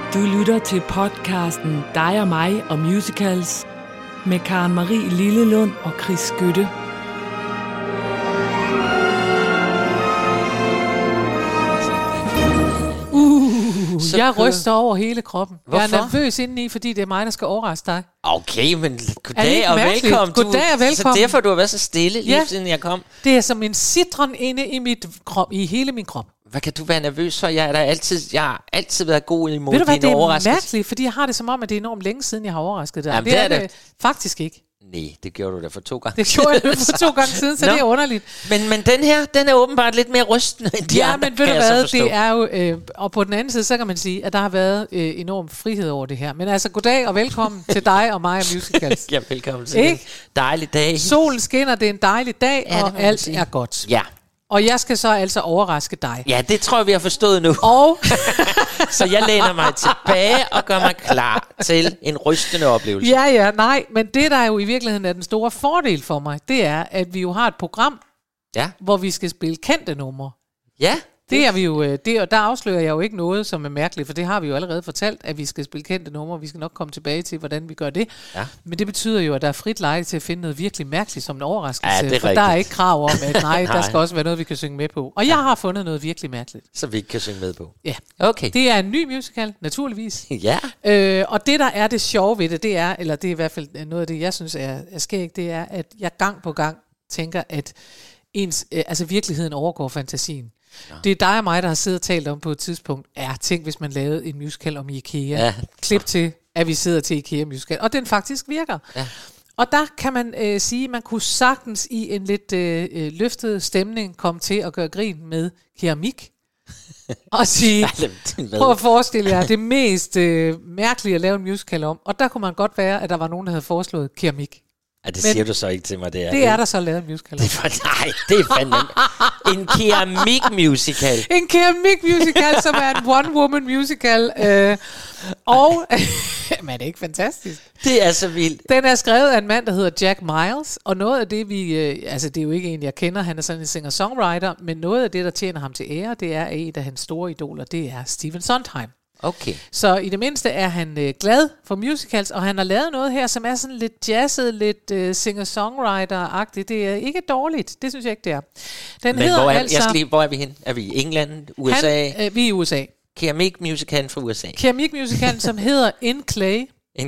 Du lytter til podcasten Dig og mig og musicals med Karen Marie Lillelund og Chris Skytte. Jeg ryster over hele kroppen. Hvorfor? Jeg er nervøs indeni, fordi det er mig, der skal overraske dig. Okay, men goddag og mærkeligt? velkommen. Goddag og velkommen. Så derfor du har været så stille lige siden jeg kom. Det er som en citron inde i mit krop, i hele min krop. Hvad kan du være nervøs for? Jeg har altid været god imod Ved du hvad, dine det er overraskelser. mærkeligt, fordi jeg har det som om, at det er enormt længe siden, jeg har overrasket dig. Jamen, det er det faktisk ikke. Nej, det gjorde du da for 2 gange. Det gjorde jeg for 2 gange siden, så det er underligt. Men den her, den er åbenbart lidt mere rystende end de andre, men ved du hvad, det er jo... og på den anden side, så kan man sige, at der har været enorm frihed over det her. Men altså, goddag og velkommen til dig og mig og musicals. Ja, velkommen til en dejlig dag. Solen skinner, det er en dejlig dag, ja, og alt er godt. Ja. Og jeg skal så altså overraske dig. Ja, det tror jeg, vi har forstået nu. Og så jeg læner mig tilbage og gør mig klar til en rystende oplevelse. Nej, men det, der jo i virkeligheden er den store fordel for mig, det er, at vi jo har et program, hvor vi skal spille kendte numre. Ja. Det er vi jo, og der afslører jeg jo ikke noget, som er mærkeligt, for det har vi jo allerede fortalt, at vi skal spille kendte numre. Vi skal nok komme tilbage til, hvordan vi gør det. Ja. Men det betyder jo, at der er frit leje til at finde noget virkelig mærkeligt som en overraskelse. Ja, for rigtigt. Der er ikke krav om, at nej, der skal også være noget, vi kan synge med på. Og jeg har fundet noget virkelig mærkeligt. Så vi ikke kan synge med på? Ja. Okay. Det er en ny musical, naturligvis. Ja. Og det, der er det sjove ved det, det er, eller det er i hvert fald noget af det, jeg synes er skægt, det er, at jeg gang på gang tænker, at virkeligheden overgår fantasien. Ja. Det er dig og mig, der har siddet og talt om på et tidspunkt. Tænk, hvis man lavede en musical om IKEA. Ja. Klip til, at vi sidder til IKEA musical. Og den faktisk virker. Ja. Og der kan man sige, at man kunne sagtens i en lidt løftet stemning komme til at gøre grin med keramik. Og sige, prøv at forestille jer det mest mærkelige at lave en musical om. Og der kunne man godt være, at der var nogen, der havde foreslået keramik. Ja, det siger du så ikke til mig, det er. Det er der så lavet en musical. Nej, det er fandme en keramik-musical. En keramik-musical, som er en one-woman musical. Og, men er det ikke fantastisk? Det er så vildt. Den er skrevet af en mand, der hedder Jack Miles, og noget af det, det er jo ikke en, jeg kender, han er sådan en singer-songwriter, men noget af det, der tjener ham til ære, det er et af hans store idoler, det er Stephen Sondheim. Okay. Så i det mindste er han glad for musicals, og han har lavet noget her, som er sådan lidt jazzet, lidt singer-songwriter-agtigt. Det er ikke dårligt, det synes jeg ikke, det er. Hvor er vi hen? Er vi i England, USA? Vi er i USA. Keramik-musicalen fra USA. Keramik-musicalen, som hedder In Clay.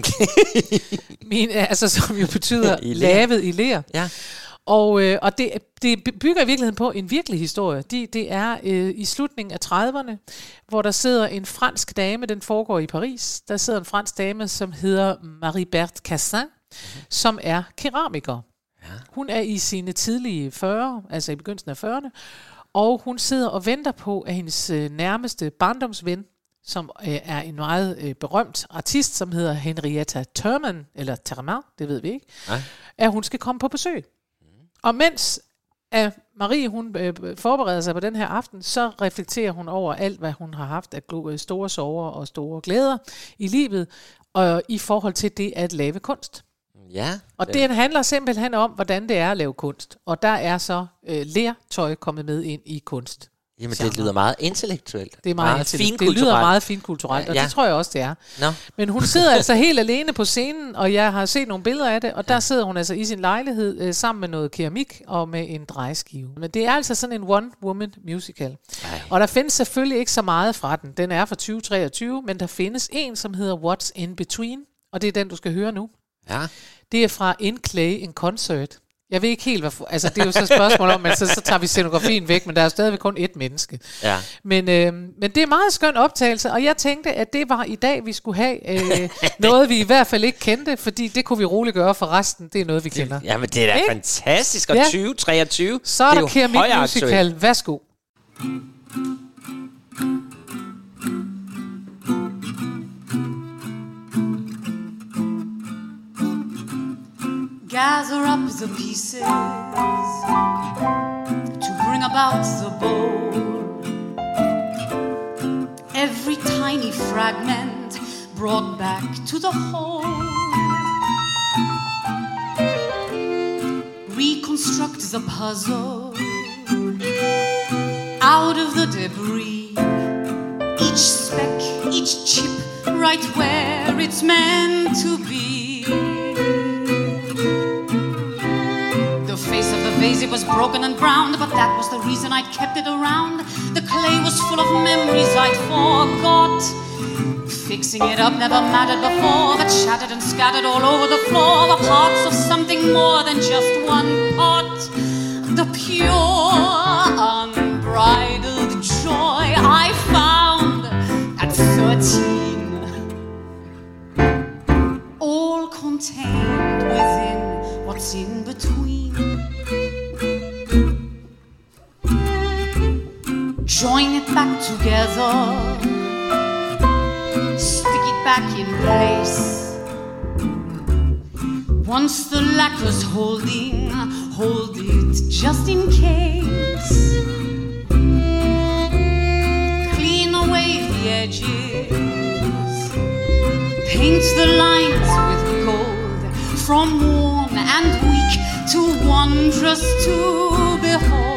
Som jo betyder lavet i ler. Ja. Og det bygger i virkeligheden på en virkelig historie. Det er i slutningen af 30'erne, hvor der sidder en fransk dame, den foregår i Paris. Der sidder en fransk dame, som hedder Marie-Berthe Cassin, som er keramiker. Ja. Hun er i sine tidlige 40'ere, altså i begyndelsen af 40'erne, og hun sidder og venter på, at hendes nærmeste barndomsven, som er en meget berømt artist, som hedder Henrietta Thurman, eller Thurman, det ved vi ikke, at hun skal komme på besøg. Og mens Marie hun forbereder sig på den her aften, så reflekterer hun over alt, hvad hun har haft af store sorger og store glæder i livet, og i forhold til det at lave kunst. Ja. Og det handler simpelthen om, hvordan det er at lave kunst. Og der er så lertøj kommet med ind i kunst. Jamen, det lyder meget intellektuelt. Det er meget finkulturelt. Det lyder meget finkulturelt, og det tror jeg også, det er. No. Men hun sidder altså helt alene på scenen, og jeg har set nogle billeder af det, og der sidder hun altså i sin lejlighed sammen med noget keramik og med en drejeskive. Men det er altså sådan en one-woman musical. Og der findes selvfølgelig ikke så meget fra den. Den er fra 2023, men der findes en, som hedder What's in Between, og det er den, du skal høre nu. Ja. Det er fra In Clay, en concert. Jeg ved ikke helt, det er jo så et spørgsmål om, at så tager vi scenografien væk, men der er stadigvæk kun ét menneske. Ja. Men det er meget skøn optagelse, og jeg tænkte, at det var i dag, vi skulle have noget, vi i hvert fald ikke kendte, fordi det kunne vi roligt gøre for resten. Det er noget, vi kender. Jamen, det er da fantastisk, og 2023, så er der keramik musical. Værsgo. Gather up the pieces to bring about the bowl. Every tiny fragment brought back to the whole. Reconstruct the puzzle out of the debris. each speck, each chip, right where it's meant to be. The face of the vase, it was broken and brown, but that was the reason I'd kept it around. The clay was full of memories I'd forgot. Fixing it up never mattered before, but shattered and scattered all over the floor were parts of something more than just one pot. The pure, unbridled joy I found at 13, all contained within what's in between. Join it back together, stick it back in place. Once the lacquer's holding, hold it just in case. Clean away the edges, paint the lines with gold, from worn and weak to wondrous to behold.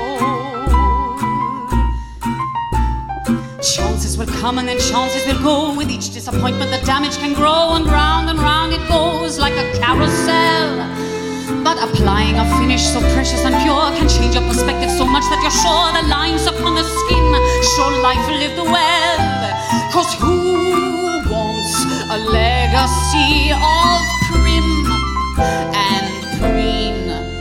Chances will come and then chances will go. With each disappointment the damage can grow, and round it goes like a carousel. But applying a finish so precious and pure can change your perspective so much that you're sure the lines upon the skin show life lived well. 'Cause who wants a legacy of prim and preen?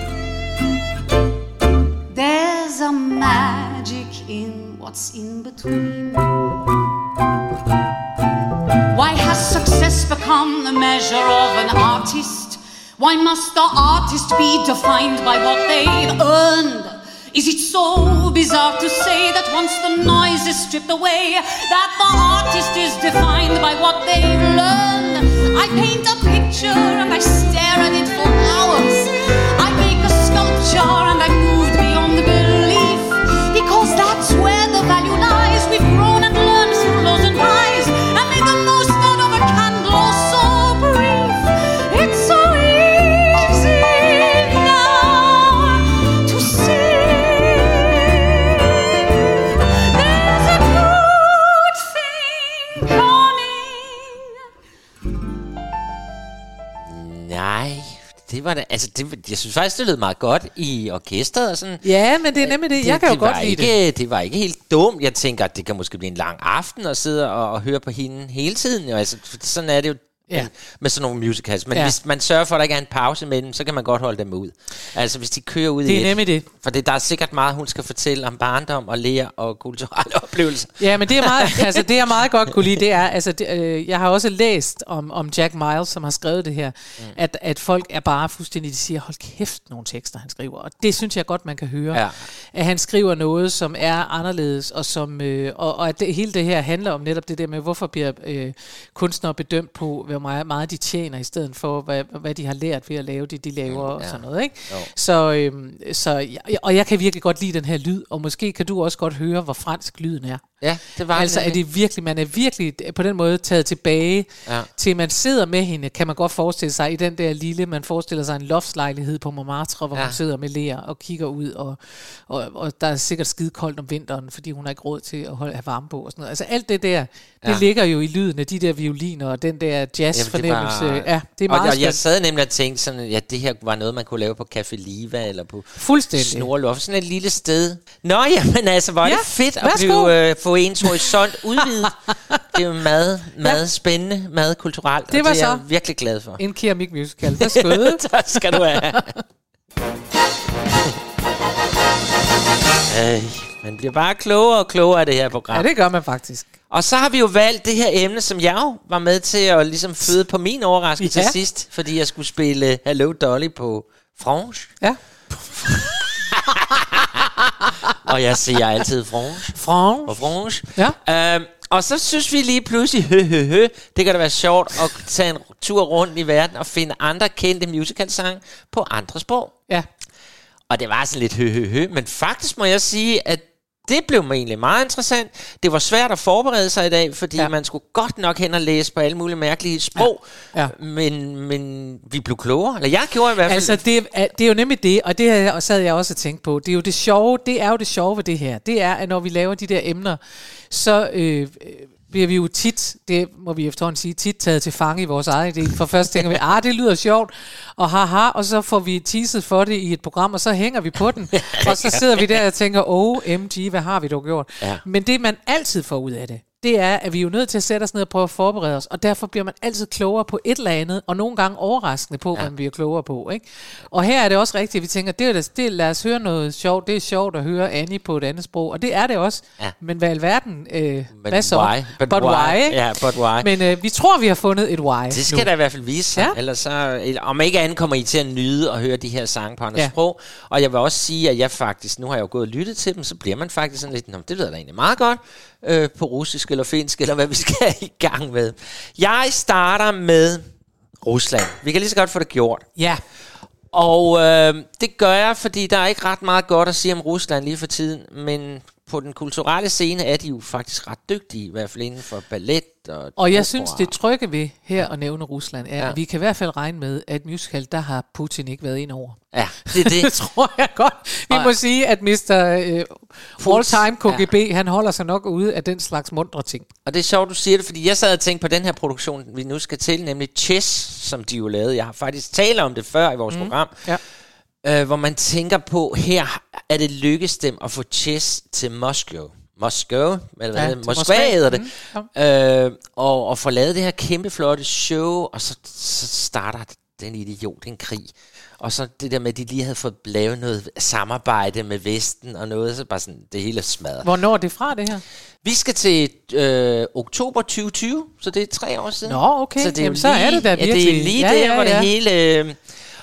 There's a magic in what's in between. Why has success become the measure of an artist? Why must the artist be defined by what they've earned? Is it so bizarre to say that once the noise is stripped away, that the artist is defined by what they've learned? I paint a picture and I stare at it for hours. I make a sculpture and I'm moved beyond the belief, because that's where the value lies. We've grown and learned through lows and highs, and made the most out of a candle so brief. It's so easy now to see there's a good thing coming. Nej, det var det. Altså, jeg synes faktisk, det lød meget godt i orkestret og sådan. Ja, men det er nemlig det. Jeg kan jo godt lide det. Det var ikke helt dumt. Jeg tænker, at det kan måske blive en lang aften at sidde og høre på hende hele tiden. Jo. Altså, sådan er det jo med sådan nogle musicals. Men hvis man sørger for, at der ikke er en pause mellem, så kan man godt holde dem ud. Altså, hvis de kører ud det er nemlig det. For der er sikkert meget, hun skal fortælle om barndom og lære og kulturelle oplevelser. Ja, men det er meget, altså det jeg meget godt kunne lide, det er, altså jeg har også læst om Jack Miles, som har skrevet det her, at folk er bare fuldstændig, de siger, hold kæft, nogle tekster han skriver, og det synes jeg godt man kan høre, at han skriver noget, som er anderledes, og som og at hele det her handler om netop det der med, hvorfor bliver kunstnere bedømt på, hvor meget de tjener, i stedet for hvad de har lært ved at lave det, de laver og sådan noget, ikke? Så og jeg kan virkelig godt lide den her lyd, og måske kan du også godt høre, hvor fransk lyden er. Ja, det var altså, at det virkelig, man er virkelig på den måde taget tilbage til, man sidder med hende, kan man godt forestille sig, i den der lille, man forestiller sig en loftslejlighed på Montmartre, hvor hun sidder med ler og kigger ud, og der er sikkert skide koldt om vinteren, fordi hun har ikke råd til at have varme på og sådan noget. Altså alt det der, det ligger jo i lyden af de der violiner, og den der jazzfornemmelse. Det er meget og jeg sad nemlig og tænkte sådan, det her var noget, man kunne lave på Café Liva, eller på Snorlof, sådan et lille sted. Nå ja, men altså, hvor er det fedt at blive få ens horisont udvidet. Det er jo meget spændende, meget kulturelt, det var og det er så jeg virkelig glad for. En keramik musical. Værsgo. Tak skal du have. Man bliver bare klogere og klogere af det her program. Ja, det gør man faktisk. Og så har vi jo valgt det her emne, som jeg jo var med til at ligesom føde på min overraskelse til sidst, fordi jeg skulle spille Hello Dolly på franche. Ja. Og jeg siger altid franche. Ja. Og så synes vi lige pludselig, det kan da være sjovt at tage en tur rundt i verden og finde andre kendte musicalsange på andre sprog. Ja. Og det var sådan lidt men faktisk må jeg sige, at det blev mig egentlig meget interessant. Det var svært at forberede sig i dag, fordi man skulle godt nok hen og læse på alle mulige mærkelige sprog. Ja. Men vi blev klogere. Eller jeg gjorde i hvert fald. Altså det er jo nemlig det, og det sad jeg også og tænkte på. Det er jo det sjove, ved det her. Det er, at når vi laver de der emner, så bliver vi jo tit, det må vi efterhånden sige, tit taget til fange i vores eget idé. For først tænker vi, det lyder sjovt, og haha, og så får vi teaset for det i et program, og så hænger vi på den, og så sidder vi der og tænker, OMG, hvad har vi dog gjort? Ja. Men det, man altid får ud af det er, at vi er jo nødt til at sætte os ned og prøve at forberede os, og derfor bliver man altid klogere på et eller andet, og nogle gange overraskende på, hvad man bliver klogere på. Ikke? Og her er det også rigtigt, at vi tænker, lad os høre noget sjovt, det er sjovt at høre Annie på et andet sprog, og det er det også. Ja. Men hvad i alverden? Hvad så? Why? But why? Ja, but why? Men vi tror, vi har fundet et why. Det skal der i hvert fald vise sig, ellers så, om ikke andet kommer I til at nyde at høre de her sange på andre sprog, og jeg vil også sige, at jeg faktisk, nu har jeg jo gået og lyttet til dem, så bliver man faktisk sådan lidt, det lyder da egentlig meget godt, på russisk eller finsk, eller hvad vi skal i gang med. Jeg starter med Rusland. Vi kan lige så godt få det gjort. Ja. Og det gør jeg, fordi der er ikke ret meget godt at sige om Rusland lige for tiden, men på den kulturelle scene er de jo faktisk ret dygtige, i hvert fald inden for ballet og jeg synes, det trygge ved her at nævne Rusland er, at vi kan i hvert fald regne med, at musical, der har Putin ikke været ind over. Ja, det er det. Det tror jeg godt. Vi må sige, at Mr. All-Time KGB, han holder sig nok ude af den slags mundre ting. Og det er sjovt, du siger det, fordi jeg sad og tænkte på den her produktion, vi nu skal til, nemlig Chess, som de jo lavede. Jeg har faktisk talt om det før i vores program. Ja. Hvor man tænker på, her er det lykkes dem at få Chess til Moskva, eller hvad Moskva hedder det, og få lavet det her kæmpe flotte show, og så starter den idiot en krig. Og så det der med, at de lige havde fået lavet noget samarbejde med Vesten og noget, så bare sådan, det hele smadret. Hvornår er det fra, det her? Vi skal til oktober 2020, så det er 3 år siden. Nå, okay. Så, det er jamen, så er det da virkelig. Det er lige der, hvor det hele...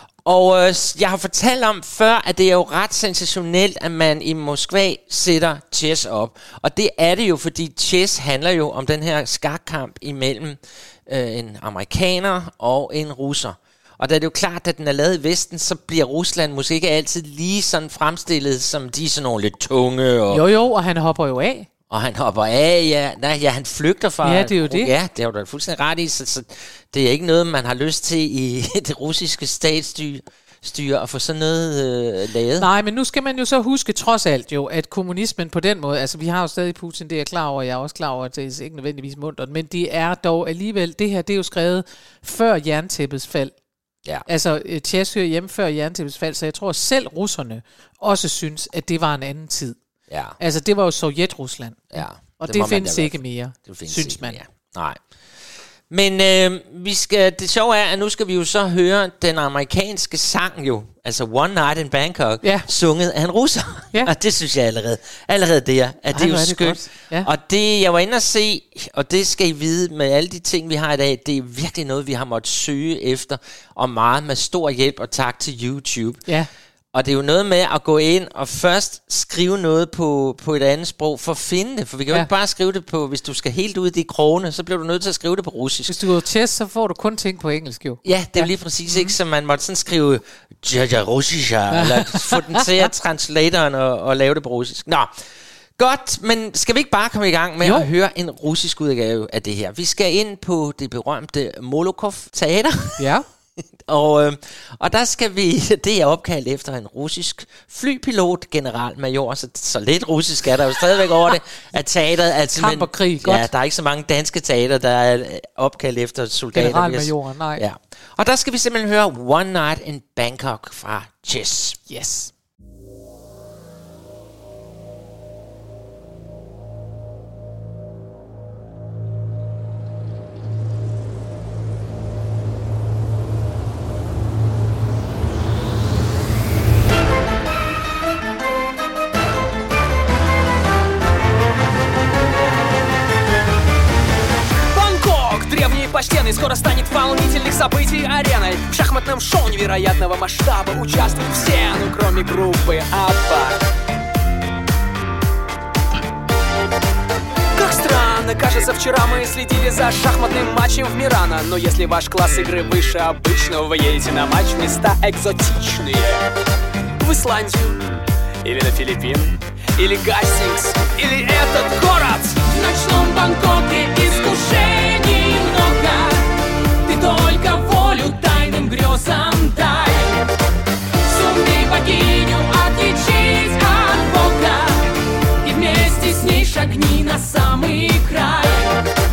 Og jeg har fortalt om før, at det er jo ret sensationelt, at man i Moskva sætter chess op. Og det er det jo, fordi chess handler jo om den her skakkamp imellem en amerikaner og en russer. Og da det er jo klart, at den er lavet i Vesten, så bliver Rusland måske ikke altid lige sådan fremstillet, som de er sådan nogle lidt tunge. Og jo, og han hopper jo af. Og han hopper af, han flygter fra... Ja, det er jo det. Ja, det er jo da fuldstændig ret i, så det er ikke noget, man har lyst til i det russiske statsstyre at få sådan noget lavet. Nej, men nu skal man jo så huske trods alt jo, at kommunismen på den måde, altså vi har jo stadig Putin, det er jeg klar over, jeg er også klar over, at det er ikke nødvendigvis muntert, men det er dog alligevel, det her, det er jo skrevet før jerntæppets fald. Ja. Altså Chess hører hjemme før jerntæppets fald, så jeg tror selv russerne også synes, at det var en anden tid. Ja. Altså det var jo Sovjet-Rusland. Ja. Og det findes ikke mere, synes man. Mere. Nej. Men det sjove er, at nu skal vi jo så høre den amerikanske sang jo, altså One Night in Bangkok, sunget af en russer. Ja. Og det synes jeg allerede der, at det er jo skønt. Ja. Og det, jeg var inde at se, og det skal I vide med alle de ting, vi har i dag, det er virkelig noget, vi har måttet søge efter, og meget med stor hjælp og tak til YouTube. Ja. Og det er jo noget med at gå ind og først skrive noget på et andet sprog for at finde det. For vi kan jo ikke bare skrive det på, hvis du skal helt ud i de krone, så bliver du nødt til at skrive det på russisk. Hvis du går chess, så får du kun ting på engelsk jo. Ja, det er jo lige præcis ikke, så man måtte sådan skrive russischer, eller få den til at translatoren og lave det på russisk. Nå, godt, men skal vi ikke bare komme i gang med at høre en russisk udgave af det her? Vi skal ind på det berømte Molokov Teater. Ja. Og der skal vi, det er opkaldt efter en russisk flypilot, generalmajor, så lidt russisk er der jo stadigvæk over det, at teateret er kamp og krig, godt. Ja, der er ikke så mange danske teater, der er opkaldt efter soldater. Generalmajoren, nej. Ja. Og der skal vi simpelthen høre One Night in Bangkok fra Chess. Yes. Почтенный скоро станет волнительных событий ареной. В шахматном шоу невероятного масштаба участвуют все, ну кроме группы Абба. Как странно, кажется, вчера мы следили за шахматным матчем в Мирано. Но если ваш класс игры выше обычного, вы едете на матч в места экзотичные. В Исландию, или на Филиппины, или Гастингс, или этот город. В ночном Бангкоке искушений много. Ты только волю тайным грезам дай. Сумей богиню отличить от Бога и вместе с ней шагни на самый край.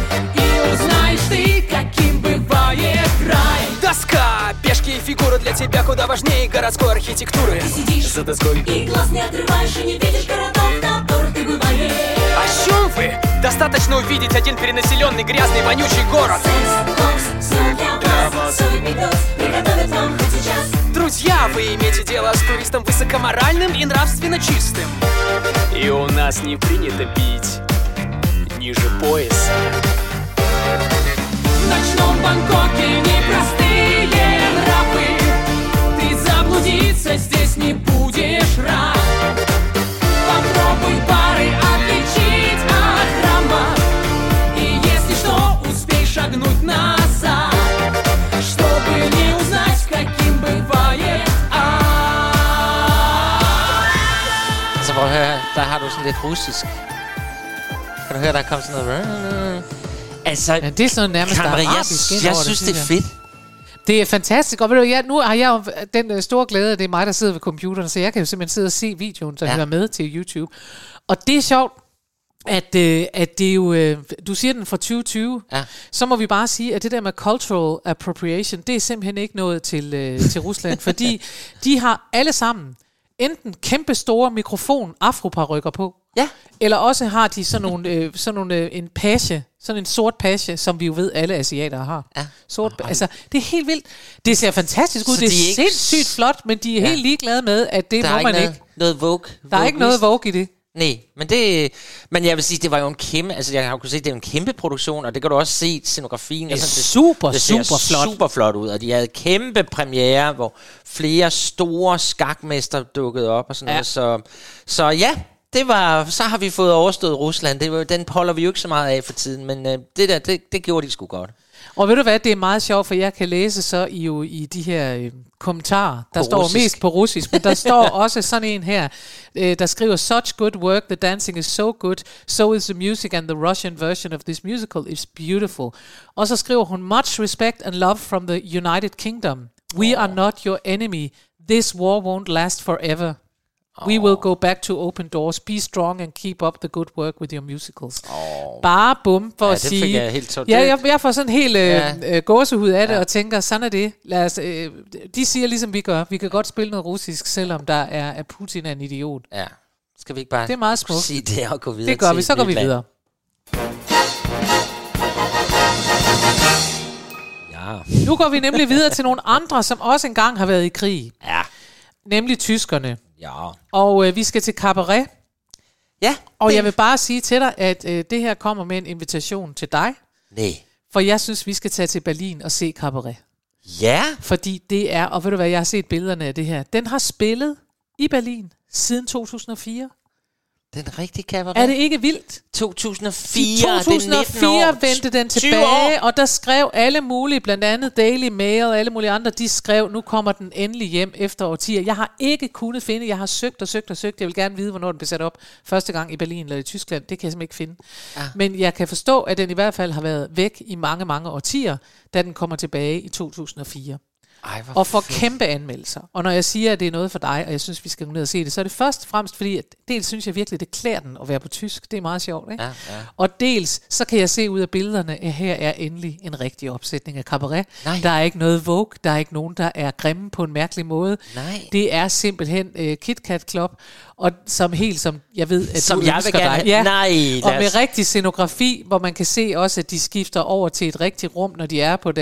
тебя куда важнее городской архитектуры. Ты сидишь за доской и глаз не открываешь, и не видишь городов, в которых ты бываешь. О чем вы? Достаточно увидеть один перенаселенный, грязный, вонючий город. Секс, бокс, сон для вас, все видос приготовят вам хоть сейчас. Друзья, вы имеете дело с туристом высокоморальным и нравственно чистым. И у нас не принято пить ниже пояса. В ночном Бангкоке непростые нравы. Ты заблудиться здесь не будешь рад. Попробуй пары отличить от храма. И если что, успей шагнуть назад, чтобы не узнать, каким bывает Så prøv at høre, der har du sådan lidt russisk. Kan du høre, der kommer sådan noget... Altså, ja, det er sådan nærmest arabisk. Jeg synes, det er fedt. Det er fantastisk. Og ved du, nu har jeg jo den store glæde, at det er mig, der sidder ved computeren, så jeg kan jo simpelthen sidde og se videoen, der hører med til YouTube. Og det er sjovt, at det er jo... Du siger den fra 2020. Ja. Så må vi bare sige, at det der med cultural appropriation, det er simpelthen ikke noget til Rusland, fordi de har alle sammen enten kæmpe store mikrofon afroparykker på, ja, eller også har de sådan nogle en page, sådan en sort page, som vi jo ved alle asiater har. Ja. Sort, altså det er helt vildt. Det ser fantastisk ud. Det er sindssygt flot, men de er helt ligeglade med, at det må man ikke. Noget Vogue. Der er ikke noget Vogue i det. Nej, men jeg vil sige, det var jo en kæmpe, altså jeg har jo kunnet se, det er en kæmpe produktion, og det kan du også se, scenografien. Det er super flot. Super flot ud, og de havde kæmpe premiere, hvor flere store skakmester dukkede op og sådan noget, så ja, så har vi fået overstået Rusland. Den holder vi jo ikke så meget af for tiden, men det gjorde de sgu godt. Og ved du hvad, det er meget sjovt, for jeg kan læse så i de her kommentarer, der står russisk. Mest på russisk, men der står også sådan en her, der skriver, such good work, the dancing is so good, so is the music, and the Russian version of this musical is beautiful. Og så skriver hun, much respect and love from the United Kingdom. We are not your enemy. This war won't last forever. We will go back to open doors. Be strong and keep up the good work with your musicals. Bare bum for at sige. Fik jeg helt jeg får sådan helt gåsehud af det og tænker, sådan er det. Lad os, de siger ligesom vi gør. Vi kan godt spille noget russisk, selvom der er Putin er en idiot. Ja. Skal vi ikke bare det er meget smukt. Sige det og gå videre? Det gør vi, så går vi videre. Ja. Nu går vi nemlig videre til nogle andre, som også engang har været i krig. Ja. Nemlig tyskerne. Ja. Og vi skal til Cabaret. Ja. Og jeg vil bare sige til dig, at det her kommer med en invitation til dig. Nej. For jeg synes, vi skal tage til Berlin og se Cabaret. Ja. Fordi det er, og ved du hvad, jeg har set billederne af det her. Den har spillet i Berlin siden 2004. Den rigtige Cabaret. Er det ikke vildt? 2004. 2004 vendte den tilbage, og der skrev alle mulige, blandt andet Daily Mail og alle mulige andre, de skrev, nu kommer den endelig hjem efter årtier. Jeg har ikke kunnet finde, jeg har søgt. Jeg vil gerne vide, hvornår den blev sat op første gang i Berlin eller i Tyskland. Det kan jeg simpelthen ikke finde. Ja. Men jeg kan forstå, at den i hvert fald har været væk i mange, mange årtier, da den kommer tilbage i 2004. Og får kæmpe anmeldelser. Og når jeg siger, at det er noget for dig, og jeg synes, vi skal gå ned og se det, så er det først og fremmest, fordi at dels synes jeg virkelig, det klæder den at være på tysk. Det er meget sjovt, ikke? Ja, ja. Og dels, så kan jeg se ud af billederne, at her er endelig en rigtig opsætning af Cabaret. Nej. Der er ikke noget Vogue, der er ikke nogen, der er grimme på en mærkelig måde. Nej. Det er simpelthen KitKat Club, og som jeg ved, at som du jeg ønsker vil gerne. dig. Ja. Nej, og med rigtig scenografi, hvor man kan se også, at de skifter over til et rigtigt rum, når de er på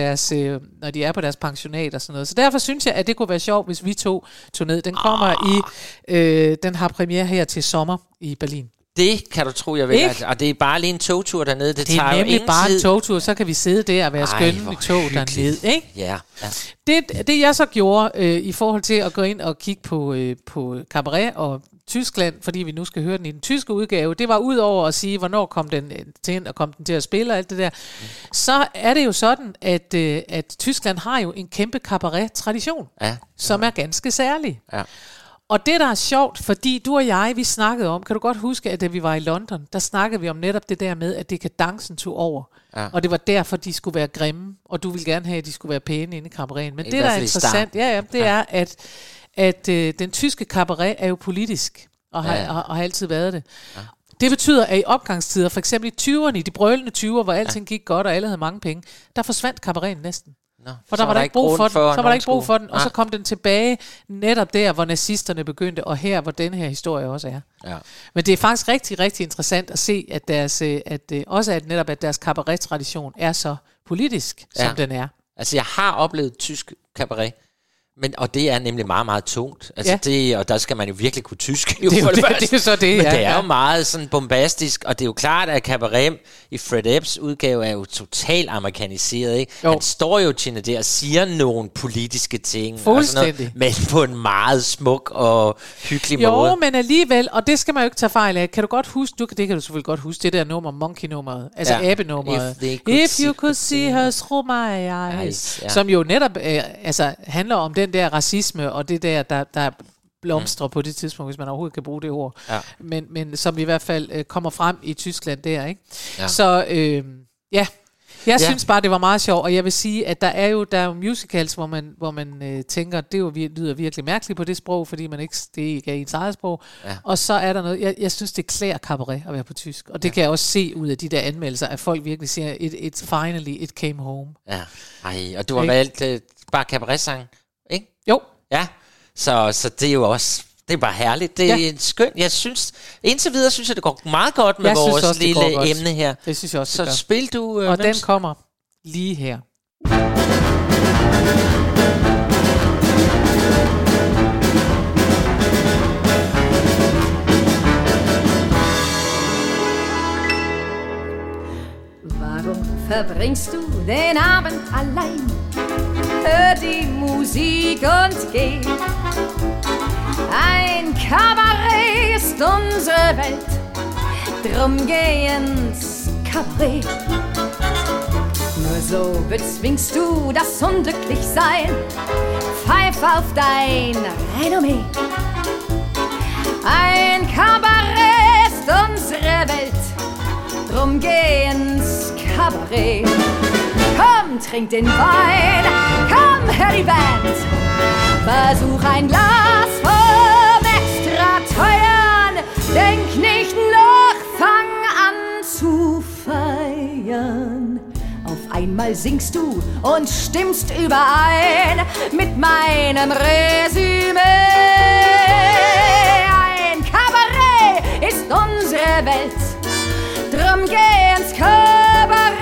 deres pensionat og sådan noget. Så derfor synes jeg, at det kunne være sjovt, hvis vi tog ned. Den kommer den har premiere her til sommer i Berlin. Det kan du tro, jeg vil. Og det er bare lige en togtur dernede. Det tager jo nemlig bare en togtur, så kan vi sidde der og være skønne i tog dernede. Ikke? Ja. Det jeg så gjorde i forhold til at gå ind og kigge på Cabaret og Tyskland, fordi vi nu skal høre den i den tyske udgave, det var ud over at sige, hvornår kom den til og kom den til at spille og alt det der. Så er det jo sådan, at Tyskland har jo en kæmpe cabaret-tradition, som er ganske særlig. Ja. Og det, der er sjovt, fordi du og jeg, vi snakkede om, kan du godt huske, at da vi var i London, der snakkede vi om netop det der med, at det kan dancen tog over. Ja. Og det var derfor, de skulle være grimme, og du ville gerne have, at de skulle være pæne inde i cabareten. Men det, der er interessant, er, at den tyske cabaret er jo politisk, og har altid været det. Ja. Det betyder, at i opgangstider, for eksempel i 20'erne, i de brølende 20'er, hvor alting gik godt, og alle havde mange penge, der forsvandt cabareten næsten. For der var der ikke brug for den. Så var der ikke brug for den, og så kom den tilbage netop der, hvor nazisterne begyndte, og her, hvor denne her historie også er. Ja. Men det er faktisk rigtig, rigtig interessant at se, at deres cabaret-tradition er så politisk, som den er. Altså, jeg har oplevet tysk cabaret, og det er nemlig meget, meget tungt. Altså og der skal man jo virkelig kunne tysk. Det er jo så det. Men det er jo meget sådan bombastisk, og det er jo klart, at cabaret i Fred Epps udgave er jo totalt amerikaniseret, ikke? Han står jo til der og siger nogle politiske ting. Fuldstændig. Men på en meget smuk og hyggelig måde. Jo, men alligevel, og det skal man jo ikke tage fejl af. Kan du godt huske, det kan du selvfølgelig godt huske, det der nummer, Monkey-nummeret, altså abenummeret. If you could see her through my eyes. Som jo netop handler om den der racisme, og det der blomstrer på det tidspunkt, hvis man overhovedet kan bruge det ord. Ja. Men som i hvert fald kommer frem i Tyskland der, ikke? Ja. Så jeg synes bare, det var meget sjovt, og jeg vil sige, at der er jo musicals, hvor man tænker, det lyder virkelig mærkeligt på det sprog, fordi det ikke er ens eget sprog. Ja. Og så er der noget, jeg synes, det klæder cabaret at være på tysk. Og det kan jeg også se ud af de der anmeldelser, at folk virkelig siger, it's finally, it came home. Ja, og du har valgt bare cabaret-sang, ikke? Jo. Ja, så det er jo også... Det er bare herligt. Det er skønt. Jeg synes, indtil videre synes jeg, det går meget godt med vores lille emne her. Det synes jeg også, så spil du... og den kommer lige her. Warum verbringst du den Abend allein? Hör die Musik und geh. Ein Kabarett ist unsere Welt, drum geh ins Kabarett. Nur so bezwingst du das Unglücklichsein, pfeif auf dein Renommee. Ein Kabarett ist unsere Welt, drum geh ins Kabarett. Komm, trink den Wein, komm, hör die Band, versuch ein Glas vom extra teuern, denk nicht noch, fang an zu feiern. Auf einmal singst du und stimmst überein mit meinem Resümee. Ein Kabarett ist unsere Welt, drum geh ins Kabarett.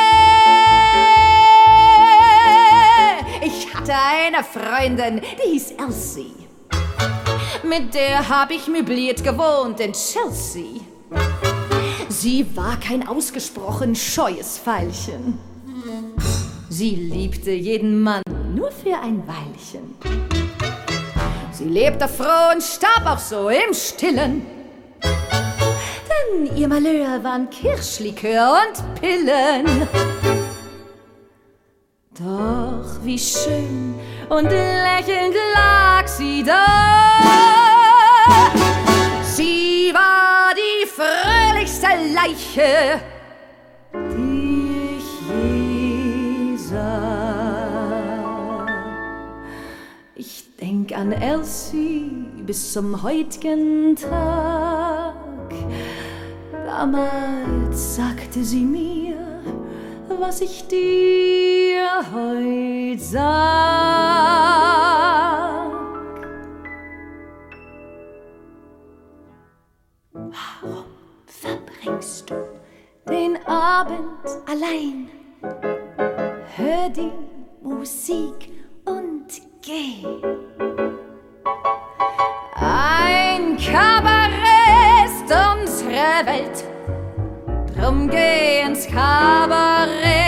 Ich hatte eine Freundin, die hieß Elsie. Mit der hab ich möbliert gewohnt in Chelsea. Sie war kein ausgesprochen scheues Veilchen. Sie liebte jeden Mann nur für ein Weilchen. Sie lebte froh und starb auch so im Stillen. Denn ihr Malheur waren Kirschlikör und Pillen. Doch wie schön und lächelnd lag sie da. Sie war die fröhlichste Leiche, die ich je sah. Ich denk an Elsie bis zum heutigen Tag. Damals sagte sie mir, was ich dir heut sag. Warum verbringst du den Abend allein? Hör die Musik und geh. Ein Kabarett ist unsere Welt, drum geh ins Kabarett.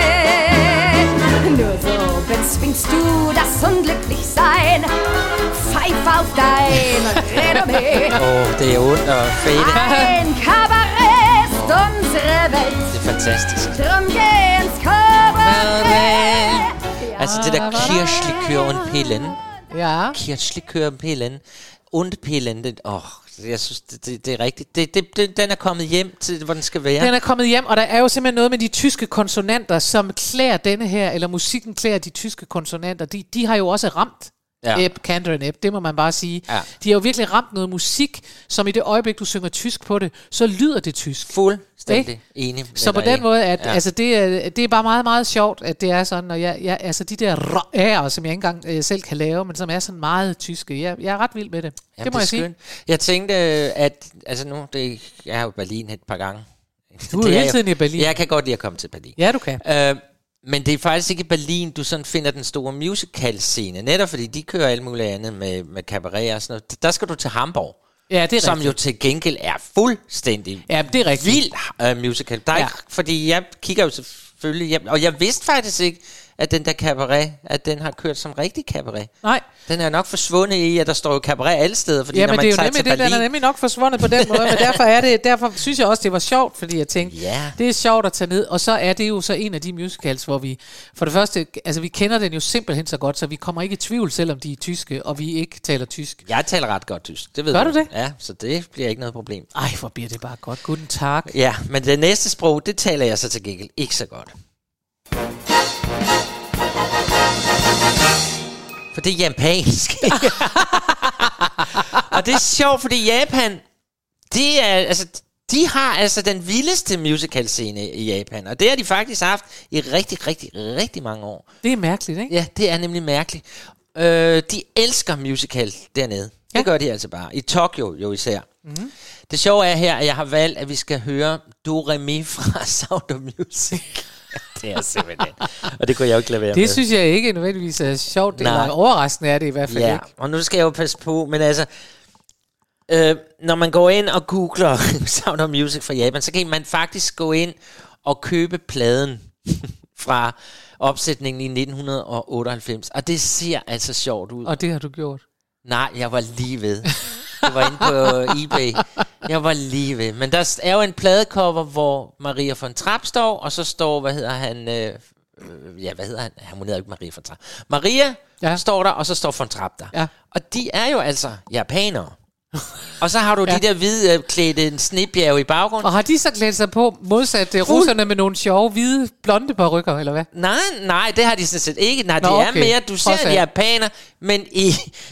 Nur so bezwingst du das Unglücklichsein, pfeif auf dein Renommee. Det er ondt og fedt. Ein Kabarett ist unsere Welt, det er fantastisk. Drum geh ins Kabarett. Altså det der Kirschlikør und Pillen. Ja. Kirschlikør und Pillen. Und Pillen. Jeg synes, det er rigtigt. Den er kommet hjem til, hvor den skal være. Den er kommet hjem, og der er jo simpelthen noget med de tyske konsonanter, som klæder denne her, eller musikken klæder de tyske konsonanter. De har jo også ramt Cantor and Ebb, det må man bare sige. Ja. De har jo virkelig ramt noget musik, som i det øjeblik, du synger tysk på det, så lyder det tysk. Fuldstændig enig. Så på den måde, at altså, det er bare meget, meget sjovt, at det er sådan, og altså de der r'er, som jeg ikke engang selv kan lave, men som er sådan meget tyske. Jeg er ret vild med det. Jamen, det må jeg sige. Jeg tænkte, at altså nu, jeg er jo i Berlin et par gange. Du er hele tiden i Berlin. Jeg kan godt lide at komme til Berlin. Ja, du kan. Men det er faktisk ikke i Berlin, du sådan finder den store musical-scene. Netop fordi de kører alt muligt andet med cabaret og sådan noget. Der skal du til Hamburg. Ja, det er som rigtigt. Jo til gengæld er fuldstændig det er vild musical. Der er ikke, fordi jeg kigger jo selvfølgelig, og jeg vidste faktisk ikke, at den der cabaret, at den har kørt som rigtig cabaret. Nej. Den er nok forsvundet i, at der står jo cabaret alle steder, fordi ja, når man det er tager jo til Berlin... den er nemlig nok forsvundet på den måde, men derfor synes jeg også, det var sjovt, fordi jeg tænkte, det er sjovt at tage ned, og så er det jo så en af de musicals, hvor vi, for det første, altså vi kender den jo simpelthen så godt, så vi kommer ikke i tvivl, selvom de er tyske, og vi ikke taler tysk. Jeg taler ret godt tysk, det ved du. Gør du det? Ja, så det bliver ikke noget problem. Ej, hvor bliver det bare godt. Guten Tag. Ja, men det næste sprog, det taler jeg så til gengæld ikke så godt. For det er japansk. Og det er sjovt, fordi Japan, det er, altså, de har altså den vildeste musical-scene i Japan. Og det har de faktisk haft i rigtig mange år. Det er mærkeligt, ikke? Ja, det er nemlig mærkeligt. De elsker musical dernede. Det gør de altså bare. I Tokyo jo især. Mm-hmm. Det sjove er her, at jeg har valgt, at vi skal høre Do Re Mi fra Sound of Music. Det er simpelthen. Og det kunne jeg jo ikke lade være med. Det synes jeg ikke nødvendigvis er sjovt. Eller overraskende er det i hvert fald ikke. Og nu skal jeg jo passe på, men altså... når man går ind og googler Sound of Music fra Japan, så kan man faktisk gå ind og købe pladen fra opsætningen i 1998. Og det ser altså sjovt ud. Og det har du gjort? Nej, jeg var lige ved. Det var inde på eBay. Jeg var lige ved. Men der er jo en pladecover, hvor Maria von Trapp står, og så står, hvad hedder han? Han hedder ikke Maria von Trapp. Maria står der, og så står von Trapp der. Ja. Og de er jo altså japanere. Og så har du de der hvide klædte snebjerge i baggrunden. Og har de så klædt sig på modsat russerne med nogle sjove hvide blonde parykker, eller hvad? Nej, det har de sådan set ikke. Nej, det er mere, du ser japaner, men i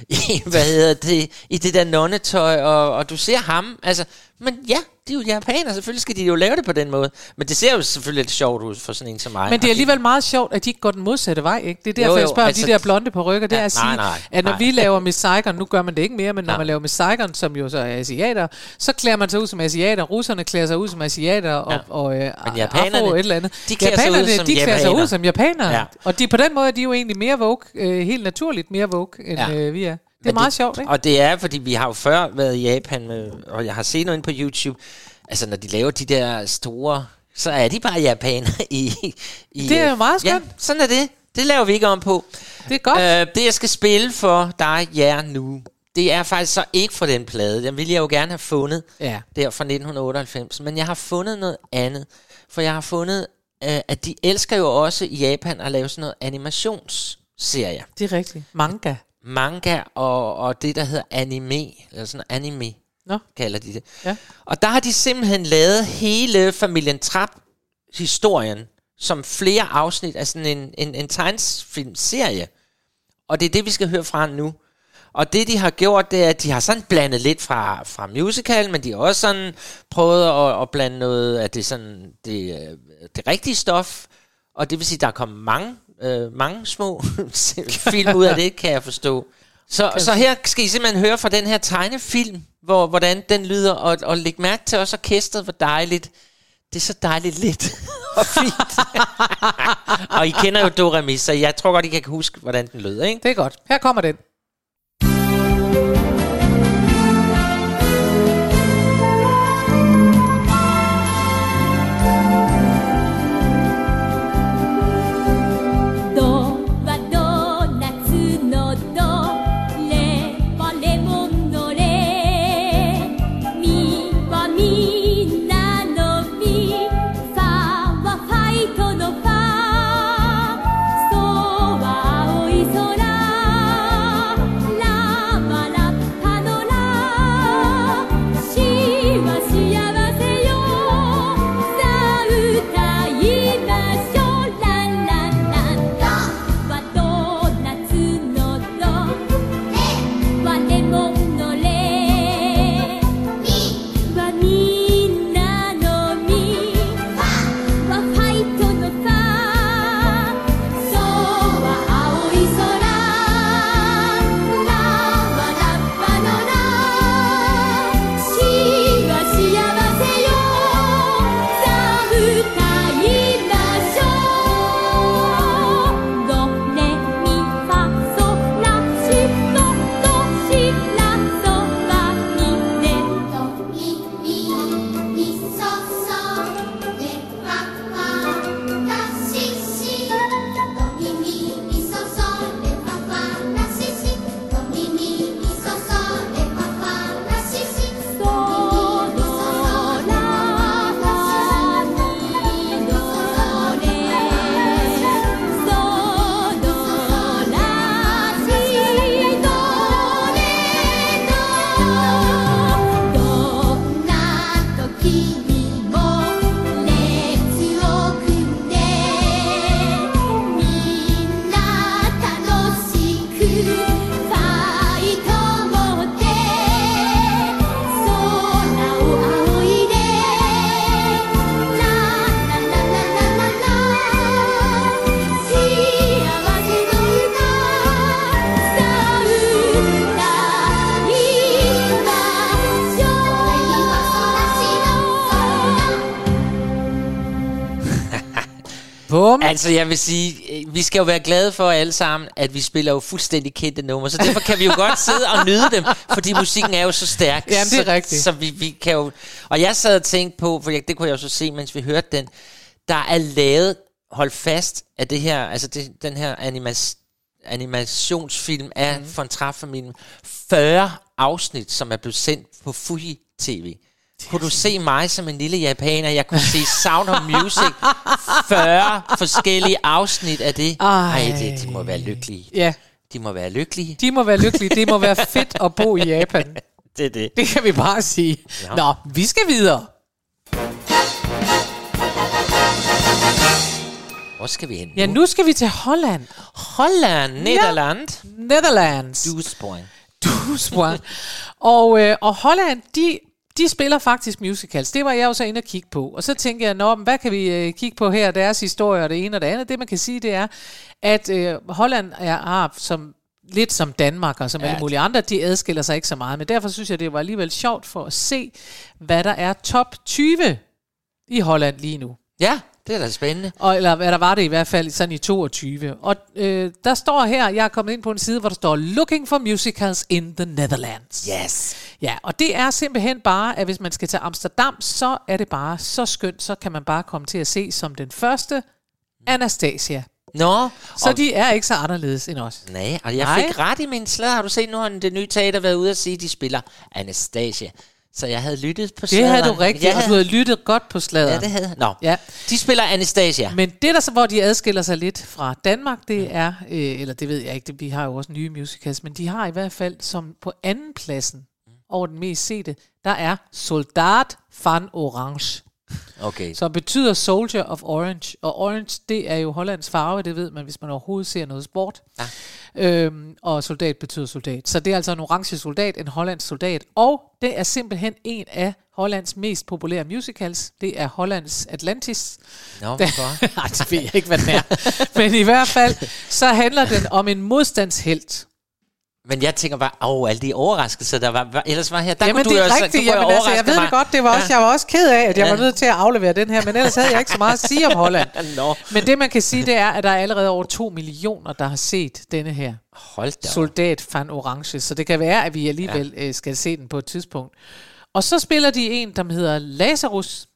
det der nonnetøj, og du ser ham, altså, men ja, de er jo japanere, selvfølgelig skal de jo lave det på den måde. Men det ser jo selvfølgelig lidt sjovt ud for sådan en som mig. Men det er alligevel meget sjovt, at de ikke går den modsatte vej, ikke? Det er derfor, jeg spørger altså, de der blonde parykker, det er at sige, at når vi laver Miss Saigon, nu gør man det ikke mere, men når man laver Miss Saigon, som jo så er asiater, så klæder man sig ud som asiater, russerne klæder sig ud som asiater, og japanerne, et eller andet. De klæder sig ud som japanere. Ja. Og på den måde er de jo egentlig mere woke, helt naturligt mere woke, end vi er. Det er meget sjovt, ikke? Og det er, fordi vi har jo før været i Japan, og jeg har set noget inde på YouTube, altså når de laver de der store, så er de bare japanere i det er jo meget skønt. Ja, sådan er det. Det laver vi ikke om på. Det er godt. Det jeg skal spille for dig nu, det er faktisk så ikke fra den plade. Den ville jeg jo gerne have fundet der fra 1998, men jeg har fundet noget andet. For jeg har fundet, at de elsker jo også i Japan at lave sådan noget animationsserie. Det er rigtigt. Manga og det, der hedder anime, eller sådan anime, kalder de det. Ja. Og der har de simpelthen lavet hele familien Trapp-historien som flere afsnit af sådan en tegnefilmserie. Og det er det, vi skal høre fra nu. Og det, de har gjort, det er, at de har sådan blandet lidt fra musical, men de har også sådan prøvet at blande noget af det, sådan, det rigtige stof. Og det vil sige, at der er kommet mange små film ud af det, kan jeg forstå. Så her skal I simpelthen høre fra den her tegnefilm, hvordan den lyder, og læg mærke til også orkestret, hvor dejligt. Det er så dejligt lidt og fint. Og I kender jo Do Re Mi, så jeg tror godt, I kan huske, hvordan den lød, ikke? Det er godt. Her kommer den. Bum. Altså, jeg vil sige, vi skal jo være glade for alle sammen, at vi spiller jo fuldstændig kendte numre, så derfor kan vi jo godt sidde og nyde dem, fordi musikken er jo så stærk. Jamen, det er rigtigt. Så vi kan jo... Og jeg sad og tænkte på, for det kunne jeg jo så se, mens vi hørte den, der er lavet, hold fast, af det her, altså den her animationsfilm af von Trapp-familien, 40 afsnit, som er blevet sendt på Fuji TV. Kunne du se mig som en lille japaner? Jeg kunne se Sound of Music 40 forskellige afsnit af det. De må være lykkelige. Ja. De må være lykkelige. De må være lykkelige. Det må være fedt at bo i Japan. Det er det. Det kan vi bare sige. Ja. Nå, vi skal videre. Hvor skal vi hen nu? Ja, nu skal vi til Holland. Netherlands. Netherlands. Douze. Og Holland, de spiller faktisk musicals. Det var jeg jo så inde og kigge på. Og så tænkte jeg, hvad kan vi kigge på her? Deres historie og det ene og det andet. Det man kan sige, det er, at Holland har lidt som Danmark og som alle mulige andre, de adskiller sig ikke så meget. Men derfor synes jeg, det var alligevel sjovt for at se, hvad der er top 20 i Holland lige nu. Ja, det er da spændende. Eller hvad der var det i hvert fald sådan i 22. Og der står her, jeg er kommet ind på en side, hvor der står Looking for musicals in the Netherlands. Yes. Ja, og det er simpelthen bare, at hvis man skal til Amsterdam, så er det bare så skønt, så kan man bare komme til at se som den første Anastasia. Nå. Så de er ikke så anderledes end os. Nej, og jeg fik ret i min slag. Har du set, nu har det nye teater været ude at sige, at de spiller Anastasia. Så jeg havde lyttet på sladeren. Det havde du rigtigt, og du havde lyttet godt på sladeren. Ja, det havde jeg. Nå, ja. De spiller Anastasia. Men det der så, hvor de adskiller sig lidt fra Danmark, det er, eller det ved jeg ikke, vi har jo også nye musicals, men de har i hvert fald som på anden pladsen over den mest sete, der er Soldat van Orange. Okay. Som betyder Soldier of Orange. Og orange, det er jo Hollands farve, det ved man, hvis man overhovedet ser noget sport. Ja. Og soldat betyder soldat. Så det er altså en orange soldat, en hollandsk soldat. Og det er simpelthen en af Hollands mest populære musicals. Det er Hollands Atlantis. Nå, hvorfor? Det ved jeg ikke, hvad den er. Men i hvert fald, så handler den om en modstandshelt. Men jeg tænker bare, alle de overraskelser, der var, ellers var her, der jamen, kunne det du er rigtigt. Jamen, altså, jeg ved det godt, det var også, jeg var også ked af, at jeg var nødt til at aflevere den her, men ellers havde jeg ikke så meget at sige om Holland. Men det man kan sige, det er, at der er allerede over 2 millioner, der har set denne her Soldat van Orange, så det kan være, at vi alligevel skal se den på et tidspunkt. Og så spiller de en, der hedder Lazarus,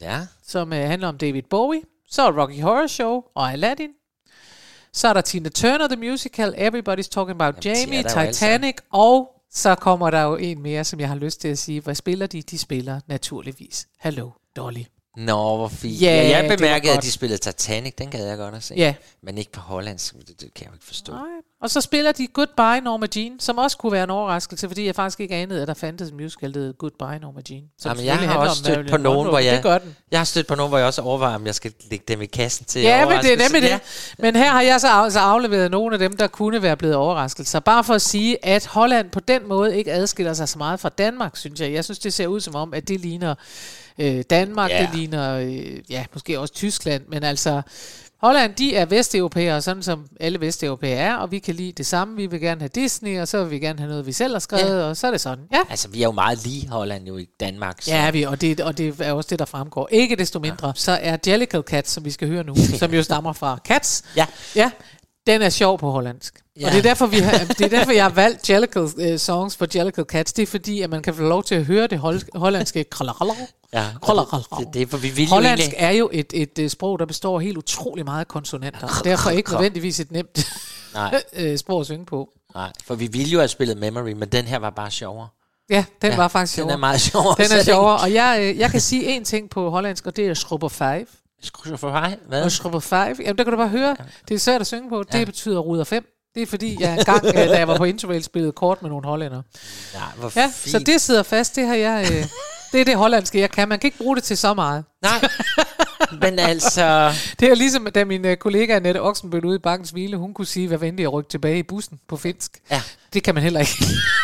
som handler om David Bowie, så er Rocky Horror Show og Aladdin. Så er der Tina Turner, The Musical, Everybody's Talking About Jamie, Titanic, og så kommer der jo en mere, som jeg har lyst til at sige. Hvad spiller de? De spiller naturligvis Hello, Dolly. Nå, hvor fint. Ja, jeg bemærkede, at de spillede Titanic, den gad jeg godt at se. Ja. Men ikke på hollandsk, det kan jeg jo ikke forstå. Nej. Og så spiller de Goodbye Norma Jean, som også kunne være en overraskelse, fordi jeg faktisk ikke anede, at der fandtes en musical, der hedder Goodbye Norma Jean. Jamen, jeg har også stødt på nogen, hvor jeg har stødt på nogen, hvor jeg også overvejer, om jeg skal lægge dem i kassen til overraskelse. Men det er nemlig det. Men her har jeg så afleveret nogle af dem, der kunne være blevet overraskelser. Bare for at sige, at Holland på den måde ikke adskiller sig så meget fra Danmark, synes jeg. Jeg synes, det ser ud som om, at det ligner Danmark, det ligner måske også Tyskland, men altså Holland, de er vesteuropæere, sådan som alle vesteuropæere er, og vi kan lide det samme. Vi vil gerne have Disney, og så vil vi gerne have noget, vi selv har skrevet, og så er det sådan. Ja. Altså, vi er jo meget lige Holland jo i Danmark. Så. Ja, og det er også det, der fremgår. Ikke desto mindre, så er Jellicle Cats, som vi skal høre nu, som jo stammer fra Cats. Ja. Den er sjov på hollandsk. Ja. Og det er derfor, jeg har valgt Jellicle songs for Jellicle Cats. Det er fordi, at man kan få lov til at høre det hollandske. Ja, det for vi vil hollandsk er jo et sprog, der består helt utrolig meget konsonanter. Og derfor ikke nødvendigvis et nemt sprog at synge på. Nej, for vi ville jo have spillet Memory, men den her var bare sjovere. Ja, den var faktisk sjovere. Den er meget sjovere. Den er sjovere, og jeg kan sige en ting på hollandsk, og det er Schrubber 5. Hvad? Og Schrubber 5, jamen der kan du bare høre. Det er svært at synge på. Det betyder ruder 5. Det er fordi, jeg engang, da jeg var på Interrail, spillede kort med nogle hollændere. Ja, så det sidder fast. Det har jeg... Det er det hollandske, jeg kan. Man kan ikke bruge det til så meget. Nej, men altså... Det er ligesom, da min kollega Annette Oxenbøl ude i Bakkens Hvile, hun kunne sige, hvad venlig at rykke tilbage i bussen på finsk. Ja. Det kan man heller ikke.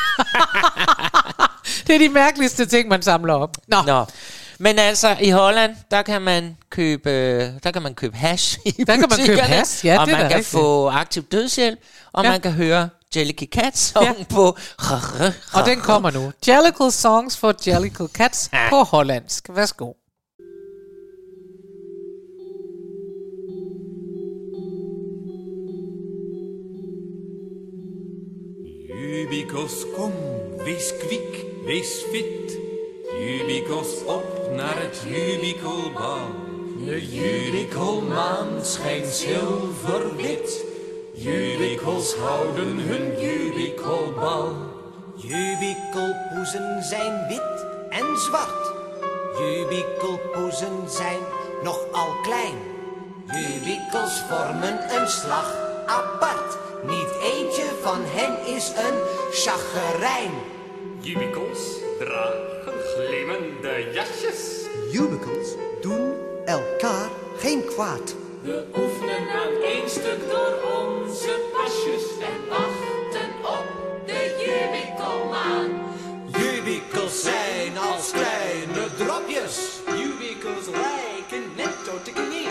Det er de mærkeligste ting, man samler op. Nå. Men altså, i Holland, der kan man købe hash i butikkerne. Der kan man købe hash, ja, og man kan få aktiv dødshjælp, og man kan høre Jellicle Cats på... Og den kommer nu. Jellicle Songs for Jellicle Cats på hollandsk. Værsgo. Jubikels, kom, wees kwik, wees fit. Jubikels op naar het Jubikelbal. De Jubikelmaan schijnt zilverwit. Jubikels houden hun Jubikelbal. Jubikelpoezen zijn wit en zwart. Jubikelpoezen zijn nogal klein. Jubikels vormen een slag apart. Niet eentje van hen is een chagrijn. Jubikels dragen glimmende jasjes. Jubikels doen elkaar geen kwaad. We oefenen aan één stuk door onze pasjes en wachten op de Jubikelmaan. Jubikels zijn als kleine dropjes. Jubikels lijken net tot de knie.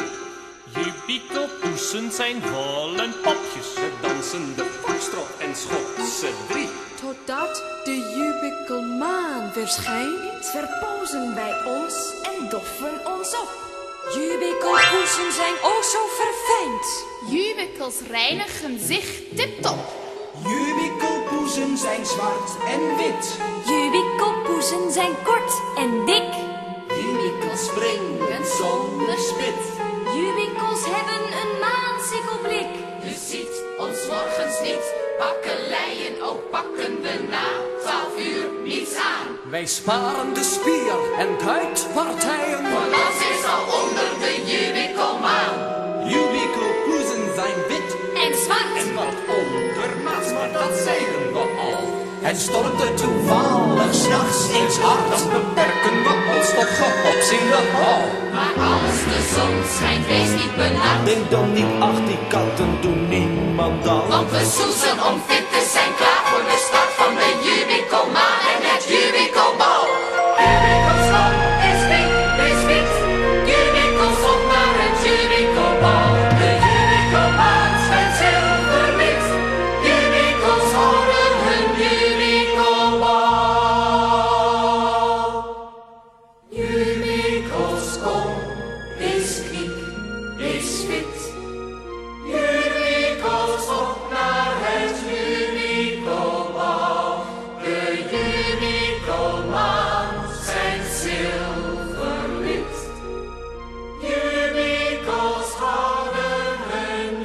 Jubikelpoesen zijn volle popjes. Ze dansen de foxtrot en Schotse 3. Totdat de Jubikelmaan verschijnt, verpozen wij ons en doffen ons op. Jubikelpoesen zijn oh zo verfijnd. Jubikels reinigen zich tip-top. Jubikelpoesen zijn zwart en wit. Jubikelpoesen zijn kort en dik. Jubikels springen zonder spit. Jubikels hebben een maansikkelblik. Je ziet ons morgens niet, bakkeleien ook pakken we na 12 uur niets aan. Wij sparen de spier en kuitpartijen. Voor ons is al onder de Jubikelmaan. Jubikelpoesen zijn wit en zwart en wat ondermaats, maar dat zeiden we al. En stormt het toevallig 's nachts eens hard, dan beperken we ons tot gehops in de hal. Maar als de zon schijnt, wees niet benauwd. Denk dan niet, ach die katten doen niemand al. Want we soezen om fit te zijn, klaar voor de start van de Jubikelmaan en het Jubikelbal. Jubikels op, is wit, Jubikels op naar het Jubikelbal. De Jubikelmaan schijnt zilverwit. Jubikels houden hun Jubikelbal. Jubikels kom, is kwiek, is fit. Jubikels op naar het Jubikelbal. De Jubikelmaan zijn zilverwit. Jubikels houden hun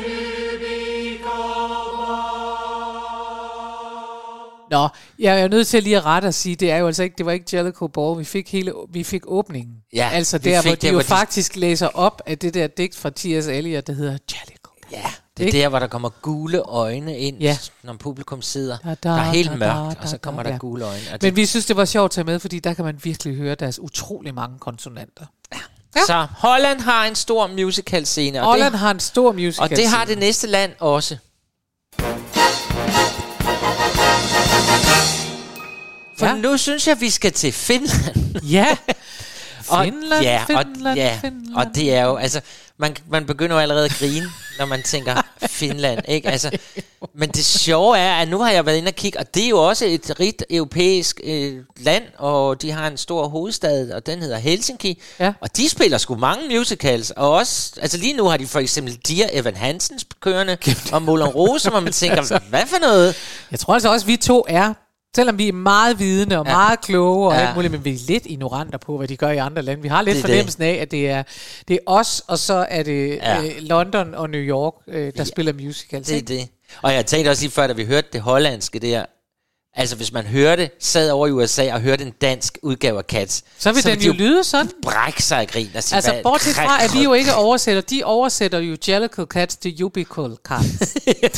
Jubikelbal. Nå, jeg er nødt til lige at rette og sige, det er jo altså ikke, det var ikke Jellicoe Ball, vi fik åbningen. Ja, altså der, hvor de jo faktisk læser op af det der digt fra T.S. Eliot, der hedder Jellicoe. Ja, det er der, hvor der kommer gule øjne ind, når publikum sidder. Der er helt mørkt, og så kommer der gule øjne. Men vi synes, det var sjovt at tage med, fordi der kan man virkelig høre deres utrolig mange konsonanter. Ja. Så Holland har en stor musical-scene. Holland har en stor musical-scene. Og det har det næste land også. For nu synes jeg, vi skal til Finland. Ja. Finland. Og det er jo, altså, man begynder jo allerede at grine, når man tænker Finland, ikke? Altså, men det sjove er, at nu har jeg været inde og kigge, og det er jo også et rigt europæisk land, og de har en stor hovedstad, og den hedder Helsinki, og de spiller sgu mange musicals, og også, altså lige nu har de for eksempel Dear Evan Hansen kørende, og Moulin Rouge, hvor man tænker, hvad for noget? Jeg tror altså også, vi to er, selvom vi er meget vidende og meget kloge og alt muligt, men vi er lidt ignoranter på, hvad de gør i andre lande. Vi har lidt fornemmelsen af, at det er os, og så er det London og New York, der spiller musicals. Det er det. Og jeg tænkte også lige før, da vi hørte det hollandske der, altså hvis man hørte, sad over i USA og hørte en dansk udgave af Cats, så vil den jo lyde sådan. Brække sig af grin og sige, altså bortset fra, at vi jo ikke oversætter, de oversætter jo Jellicoe Cats til Jubical Cats.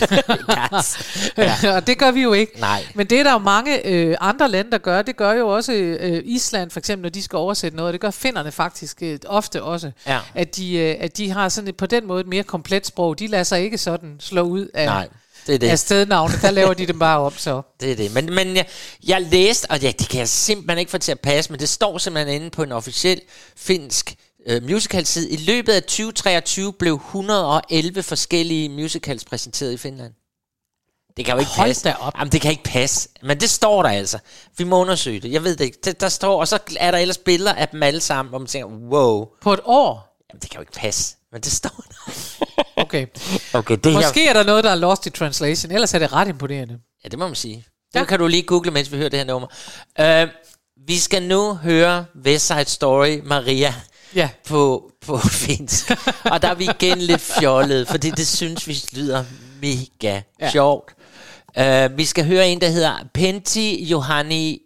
Og det gør vi jo ikke. Nej. Men det er der jo mange andre lande, der gør. Det gør jo også Island for eksempel, når de skal oversætte noget, og det gør finnerne faktisk ofte også. Ja. At de har sådan på den måde et mere komplet sprog. De lader sig ikke sådan slå ud af... Det. Af stednavne, der laver de dem bare op, så. Det er det. Men jeg læste, og det kan jeg simpelthen ikke få til at passe, men det står simpelthen inde på en officiel finsk musicalside. I løbet af 2023 blev 111 forskellige musicals præsenteret i Finland. Det kan jo ikke passe. Da op. Jamen, det kan ikke passe. Men det står der altså. Vi må undersøge det. Jeg ved det ikke. Der står, og så er der ellers billeder af dem alle sammen, hvor man tænker, wow. På et år? Jamen, det kan jo ikke passe. Men det står der. Okay. Det måske er der noget, der er lost i translation. Ellers er det ret imponerende. Ja, det må man sige. Det kan du lige google, mens vi hører det her nummer. Vi skal nu høre West Side Story Maria på finsk. Og der er vi igen lidt fjollet, fordi det synes vi lyder mega sjovt. Vi skal høre en, der hedder Pentti Juhani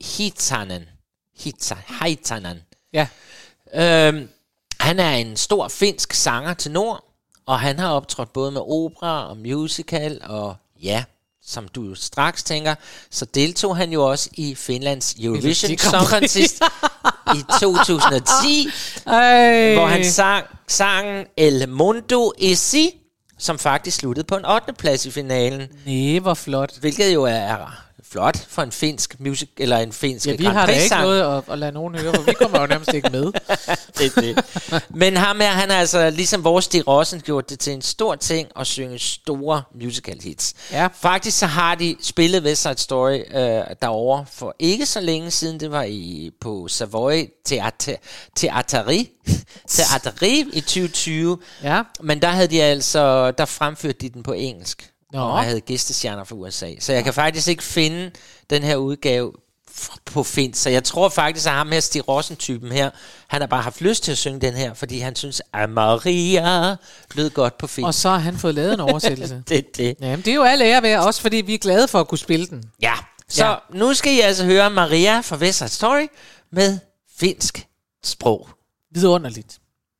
Hietanen. Ja. Han er en stor finsk sanger til nord, og han har optrådt både med opera og musical, og som du straks tænker, så deltog han jo også i Finlands Eurovision Song Contest i 2010, hvor han sang sangen El Mundo Esi, som faktisk sluttede på en 8. plads i finalen. Nej, hvor flot. Hvilket jo er flot for en finsk music, eller en finsk Grand Prix-sang. Vi har da ikke noget at lade nogen høre, for vi kommer jo nærmest ikke med. det. Men ham her, han har altså ligesom vores Stig Rossen gjort det til en stor ting at synge store musical hits. Ja. Faktisk så har de spillet West Side Story derovre for ikke så længe siden. Det var på Savoy Teateri i 2020. Ja. Men der havde de altså, der fremførte de den på engelsk. Og jeg havde gæstestjerner fra USA. Så jeg kan faktisk ikke finde den her udgave på finsk. Så jeg tror faktisk, at ham her, Stig Rossen-typen her, han har bare haft lyst til at synge den her, fordi han synes, at Maria lød godt på finsk. Og så har han fået lavet en oversættelse. det. Jamen, det er jo alle ære værd, også fordi vi er glade for at kunne spille den. Ja, så nu skal I altså høre Maria fra West Side Story med finsk sprog. Vidunderligt.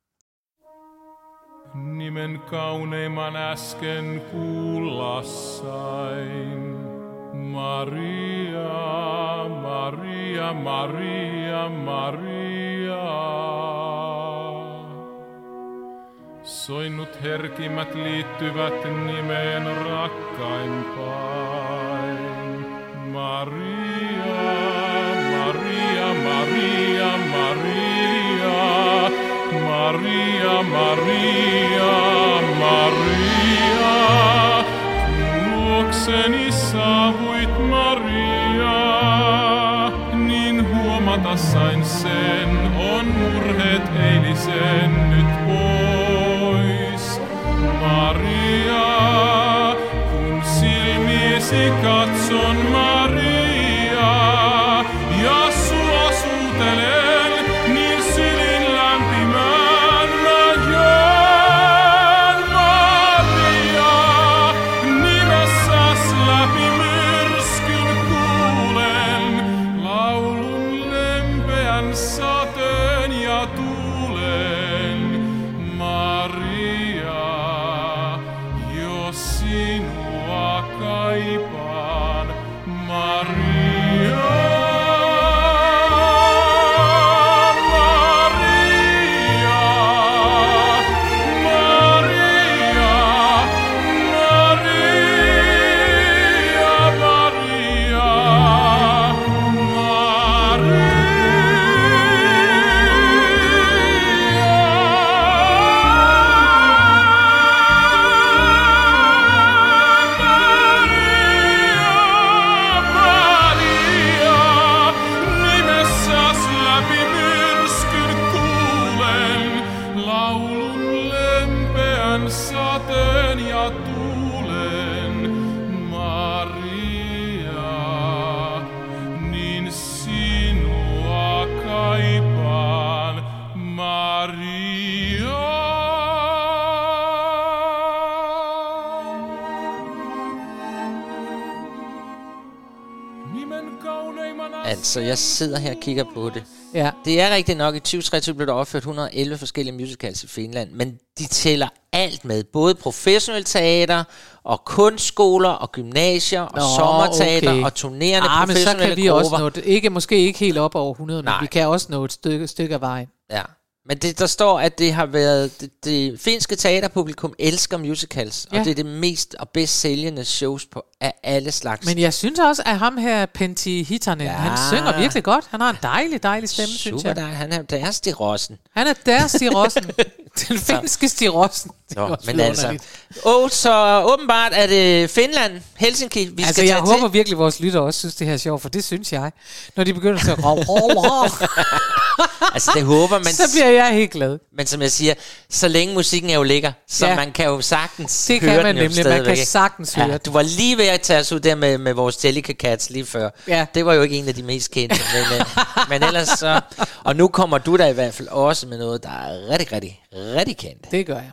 Nimen kauneimman äsken kuulla sain. Maria, Maria, Maria, Maria. Soinnut herkimmät liittyvät nimeen rakkaimpain. Maria, Maria, Maria, Maria. Maria, Maria, Maria, luokseni saavuit Maria, niin huomata sain sen, on murheet eilisen nyt pois. Maria, kun silmiisi katson Maria, ja sua suutelen, niin sylin lämpimään. Altså, jeg sidder her og kigger på det. Ja. Det er rigtigt nok, i 2023 blev der opført 111 forskellige musicals i Finland, men de tæller alt med. Både professionelle teater, og kunstskoler, og gymnasier, og sommerteater, og turnerende professionelle grupper. Også nå, måske ikke helt op over 100, men vi kan også nå et stykke af vejen. Ja. Men der står, at det har været det finske teaterpublikum elsker musicals, og det er det mest og bedst sælgende shows på af alle slags. Men jeg synes også, at ham her, Pentti Hietanen, han synger virkelig godt. Han har en dejlig stemme, synes jeg. Super, han er deres Stig Rossen. Han er deres Stig Rossen. Den finske Stirossen. Men altså... så åbenbart er det Finland, Helsinki, vi skal jeg håber virkelig, vores lytter også synes, det her er sjovt, for det synes jeg. Når de begynder til at altså, det håber man... Så bliver jeg helt glad. Men som jeg siger, så længe musikken er jo ligger, så man kan jo sagtens det høre kan man den nemlig, man kan sagtens høre den. Du var lige ved at tage os ud der med vores Jellica Cats lige før. Ja. Det var jo ikke en af de mest kendte, men ellers så... Og nu kommer du der i hvert fald også med noget, der er rigtig, rigtig, rigtig kendt. Det gør jeg.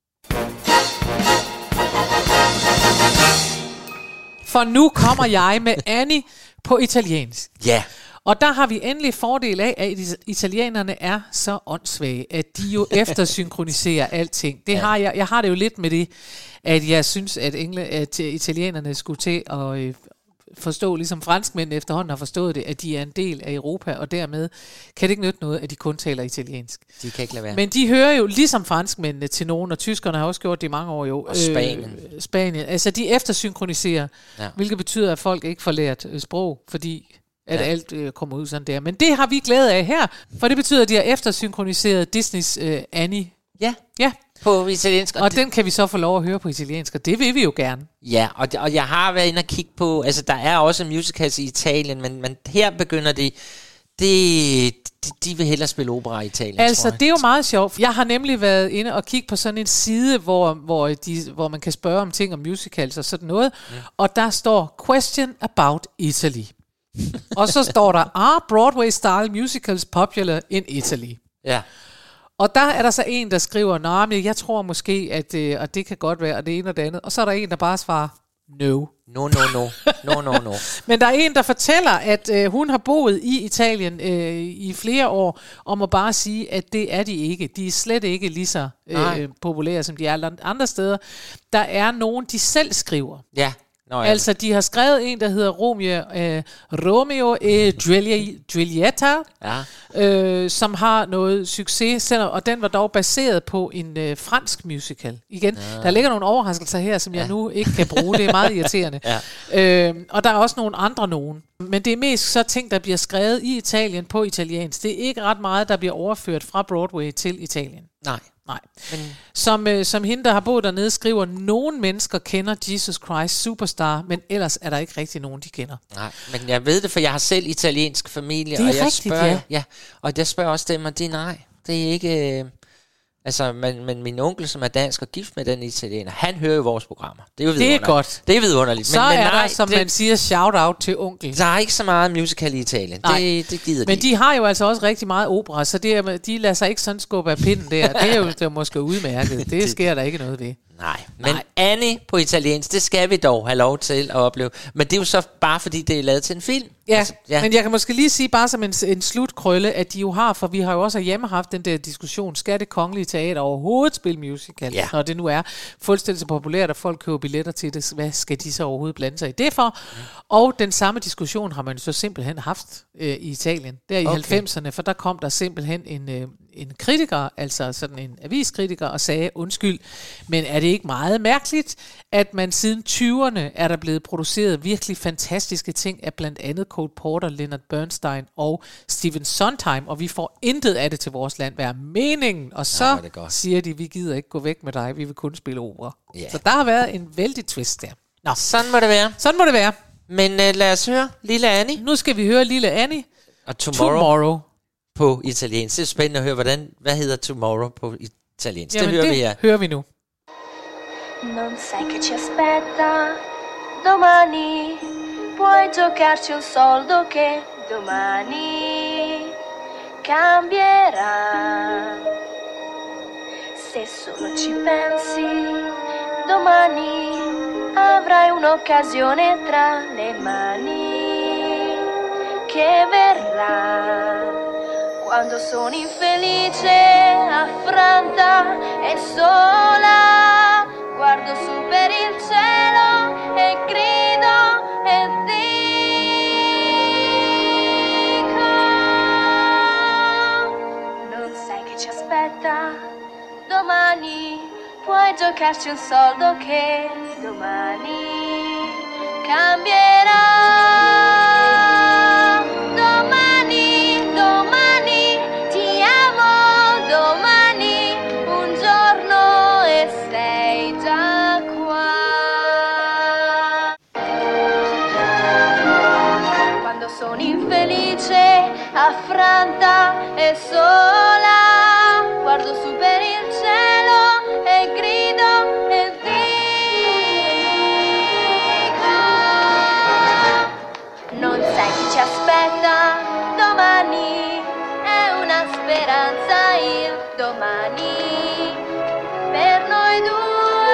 For nu kommer jeg med Annie på italiensk. Ja. Og der har vi endelig fordel af, at italienerne er så åndssvage, at de jo eftersynkroniserer alting. Det har jeg har det jo lidt med det, at jeg synes, at italienerne skulle til at forstå, ligesom franskmændene efterhånden har forstået det, at de er en del af Europa, og dermed kan det ikke nytte noget, at de kun taler italiensk. De kan ikke lade være. Men de hører jo ligesom franskmændene til nogen, og tyskerne har også gjort det i mange år jo. Og Spanien. Spanien. Altså de eftersynkroniserer, hvilket betyder, at folk ikke får lært sprog, fordi at alt kommer ud sådan der. Men det har vi glæde af her, for det betyder, at de har eftersynkroniseret Disneys Annie. Ja. På italiensk. Og den kan vi så få lov at høre på italiensk, og det vil vi jo gerne. Ja, og jeg har været inde og kigge på, altså der er også musicals i Italien, men her begynder de vil hellere spille opera i Italien, altså, det er jo meget sjovt. Jeg har nemlig været inde og kigge på sådan en side, hvor man kan spørge om ting om musicals og sådan noget, og der står question about Italy. Og så står der, are Broadway-style musicals popular in Italy? Ja. Og der er der så en, der skriver, men jeg tror måske, at og det kan godt være, og det ene og det andet. Og så er der en, der bare svarer, no. No. Men der er en, der fortæller, at hun har boet i Italien i flere år, og må bare sige, at det er de ikke. De er slet ikke lige så populære, som de er andre steder. Der er nogen, de selv skriver. Ja. Altså, de har skrevet en, der hedder Romeo e Giulietta, som har noget succes, og den var dog baseret på en fransk musical. Igen, der ligger nogle overraskelser her, som jeg nu ikke kan bruge. Det er meget irriterende. Og der er også nogle andre nogen. Men det er mest så ting, der bliver skrevet i Italien på italiensk. Det er ikke ret meget, der bliver overført fra Broadway til Italien. Nej. Som hende, der har boet dernede, skriver, nogle mennesker kender Jesus Christ Superstar, men ellers er der ikke rigtig nogen, de kender. Nej, men jeg ved det, for jeg har selv italiensk familie, det er og jeg rigtigt, spørger, og jeg spørger også dem, og det er nej. Det er ikke... men min onkel, som er dansk og gift med den italiener, han hører jo vores programmer. Det er jo vidunderligt. Det er godt. Det er vidunderligt. Så men er der, som man siger, shout-out til onkel. Der er ikke så meget musical i Italien. Det gider de. Men de har jo altså også rigtig meget opera, så de lader sig ikke sådan skubbe af pinden der. Det er jo det måske udmærket. Det sker der ikke noget ved. Nej, men Annie på italiensk, det skal vi dog have lov til at opleve. Men det er jo så bare fordi, det er lavet til en film. Ja, men jeg kan måske lige sige bare som en slutkrølle, at de jo har, for vi har jo også hjemme haft den der diskussion, skal det Kongelige Teater overhovedet spille musical, når det nu er fuldstændig så populært, at folk køber billetter til det, hvad skal de så overhovedet blande sig i det for? Og den samme diskussion har man så simpelthen haft i Italien, der i 90'erne, for der kom der simpelthen en kritiker, altså sådan en aviskritiker, og sagde, undskyld, men er det ikke meget mærkeligt, at man siden 20'erne er der blevet produceret virkelig fantastiske ting af blandt andet Cole Porter, Leonard Bernstein og Stephen Sondheim, og vi får intet af det til vores land, hvad er meningen? Og så siger de, vi gider ikke gå væk med dig, vi vil kun spille opera. Yeah. Så der har været en vældig twist der. Nå, sådan må det være. Sådan må det være. Men lad os høre Lille Annie. Nu skal vi høre Lille Annie. Og Tomorrow. På italiensk. Det er spændende at høre, hvad hedder Tomorrow på italiensk. Jamen, det hører vi nu. Non sai che ci aspetta domani, puoi giocarci un soldo che domani cambierà. Se solo ci pensi, domani avrai un'occasione tra le mani che verrà. Quando sono infelice, affranta e sola, guardo su per il cielo e grido e dico: non sai che ci aspetta domani, puoi giocarci un soldo che domani cambierà. Domani ti amo, domani un sola guardo su per il cielo e grido e dico: non sai chi ci aspetta domani, è una speranza il domani per noi due.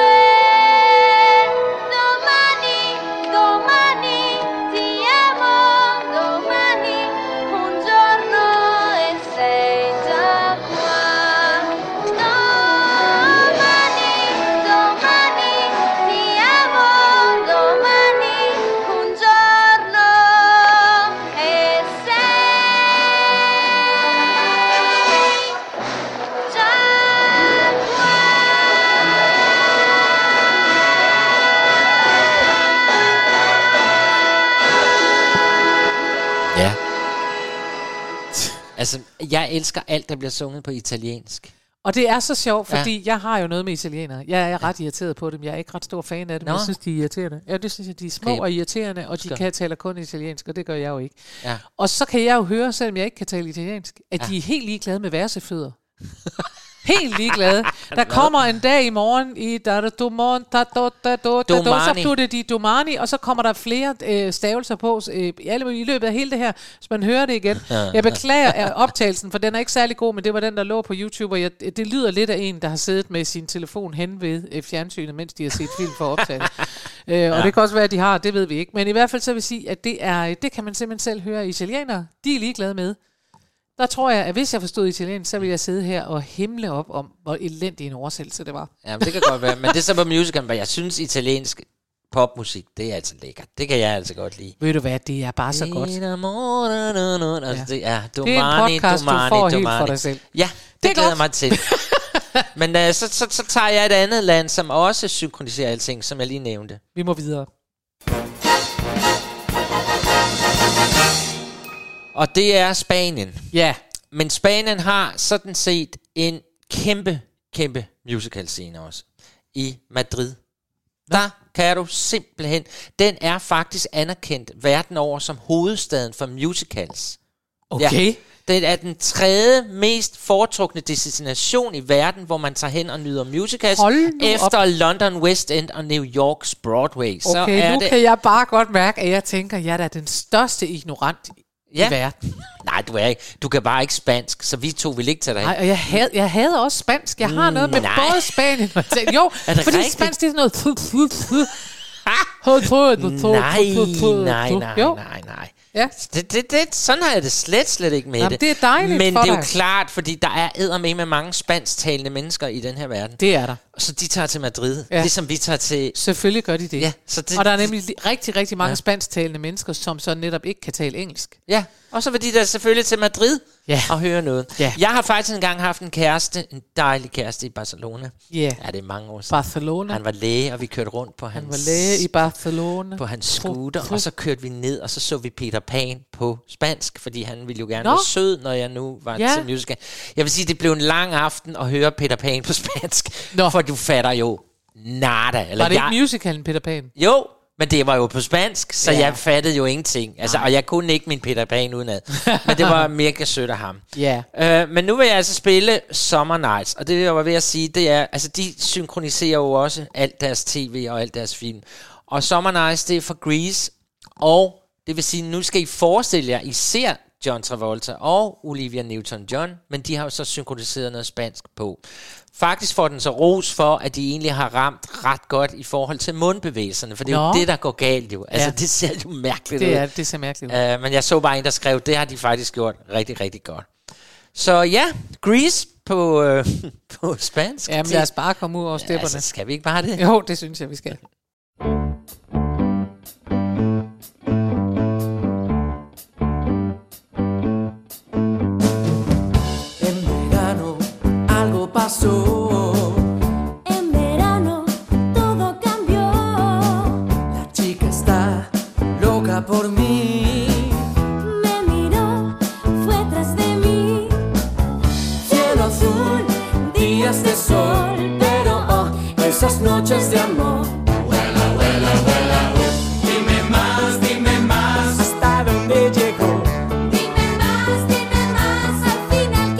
Altså, jeg elsker alt, der bliver sunget på italiensk. Og det er så sjovt, fordi jeg har jo noget med italienere. Jeg er ret irriteret på dem. Jeg er ikke ret stor fan af dem. Jeg synes, de er irriterende. Ja, det synes jeg, de er små og irriterende, og de kan tale kun italiensk, og det gør jeg jo ikke. Ja. Og så kan jeg jo høre, selvom jeg ikke kan tale italiensk, at de er helt ligeglade med versefødder. Helt ligeglade. Der kommer en dag i morgen i domani, og så kommer der flere stavelser på i løbet af hele det her, så man hører det igen. Jeg beklager optagelsen, for den er ikke særlig god, men det var den, der lå på YouTube, og det lyder lidt af en, der har siddet med sin telefon hen ved fjernsynet, mens de har set film for optaget. Og det kan også være, at de har, det ved vi ikke. Men i hvert fald så vil jeg sige, at det kan man simpelthen selv høre. Italienere, de er ligeglade med. Der tror jeg, at hvis jeg forstod italiensk, så ville jeg sidde her og himle op om, hvor elendig en oversættelse det var. Ja, men det kan godt være. Men det er så på musicalen, hvor jeg synes, italiensk popmusik, det er altså lækkert. Det kan jeg altså godt lide. Ved du hvad, det er bare så godt. Altså, det er Domani, det er en podcast, Domani, du får Domani. helt for dig selv. Ja, det glæder mig til. Men så tager jeg et andet land, som også synkroniserer alting, som jeg lige nævnte. Vi må videre. Og det er Spanien. Ja. Men Spanien har sådan set en kæmpe musical scene også. I Madrid. Der kan du simpelthen... Den er faktisk anerkendt verden over som hovedstaden for musicals. Okay. Ja. Det er den tredje mest foretrukne destination i verden, hvor man tager hen og nyder musicals efter London West End og New Yorks Broadway. Så okay, er nu det... kan jeg bare godt mærke, at jeg tænker, at jeg er da den største ignorant i verden. Nej, du er ikke. Du kan bare ikke spansk, så vi to vil ikke tage dig hen. Nej, og jeg hader også spansk. Jeg har noget med både Spanien og Italien. Jo, fordi rigtigt? Spansk det er sådan noget... Nej. Ja. Sådan har jeg det slet ikke med. Jamen, det er dejligt. Men det er jo klart, fordi der er eddermame mange spansktalende mennesker i den her verden. Det er der. Så de tager til Madrid, ligesom vi tager til... Selvfølgelig gør de det. Ja, og der er nemlig rigtig mange spansktalende mennesker, som så netop ikke kan tale engelsk. Ja, og så vil de da selvfølgelig til Madrid og høre noget. Ja. Jeg har faktisk engang haft en dejlig kæreste i Barcelona. Ja, det er mange år siden. Barcelona. Han var læge, og vi kørte rundt på hans... Han var læge i Barcelona. På hans scooter, og så kørte vi ned, og så vi Peter Pan på spansk, fordi han ville jo gerne være sød, når jeg nu var til musical. Jeg vil sige, det blev en lang aften at høre Peter Pan på spansk, for du fatter jo nada. Eller var det ikke musicalen Peter Pan? Jo, men det var jo på spansk, så jeg fattede jo ingenting. Altså, og jeg kunne ikke min Peter Pan udenad. Men det var mega sødt af ham. Men nu vil jeg altså spille Summer Nights, og det jeg var ved at sige, det er, altså de synkroniserer jo også alt deres tv og alt deres film. Og Summer Nights, det er for Grease, og det vil sige, nu skal I forestille jer, I ser John Travolta og Olivia Newton-John, men de har jo så synkroniseret noget spansk på. Faktisk får den så ros for, at de egentlig har ramt ret godt i forhold til mundbevægelserne, for det er jo det, der går galt jo. Altså, det ser jo mærkeligt ud. Det ser mærkeligt ud. Men jeg så bare en, der skrev, det har de faktisk gjort rigtig godt. Så ja, Grease på spansk. Jamen lad os bare komme ud over stepperne. Altså, skal vi ikke bare det? Jo, det synes jeg, vi skal. En verano todo cambió. La chica está loca por mí. Me miró, fue tras de mí. Cielo azul, días de sol, pero esas noches de amor. Vuela, vuela, vuela, dime más, hasta dónde llegó. Dime más, al final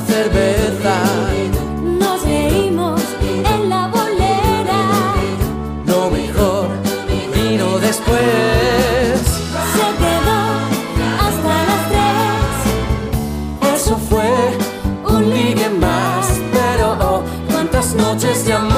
cerveza. Nos reímos en la bolera. Lo mejor vino después. Se quedó hasta las 3. Eso fue un ligue más, pero oh, cuántas noches de amor.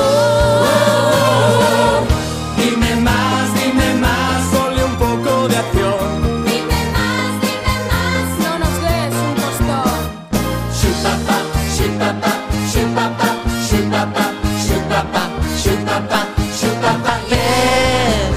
Dime más, ponle un poco de acción. Dime más, no nos des un costón. Shoo-pa-pa, shoo-pa-pa, shoo-pa-pa, shoo-pa-pa, shoo-pa-pa, shoo-pa-pa, shoo-pa-pa, yeah.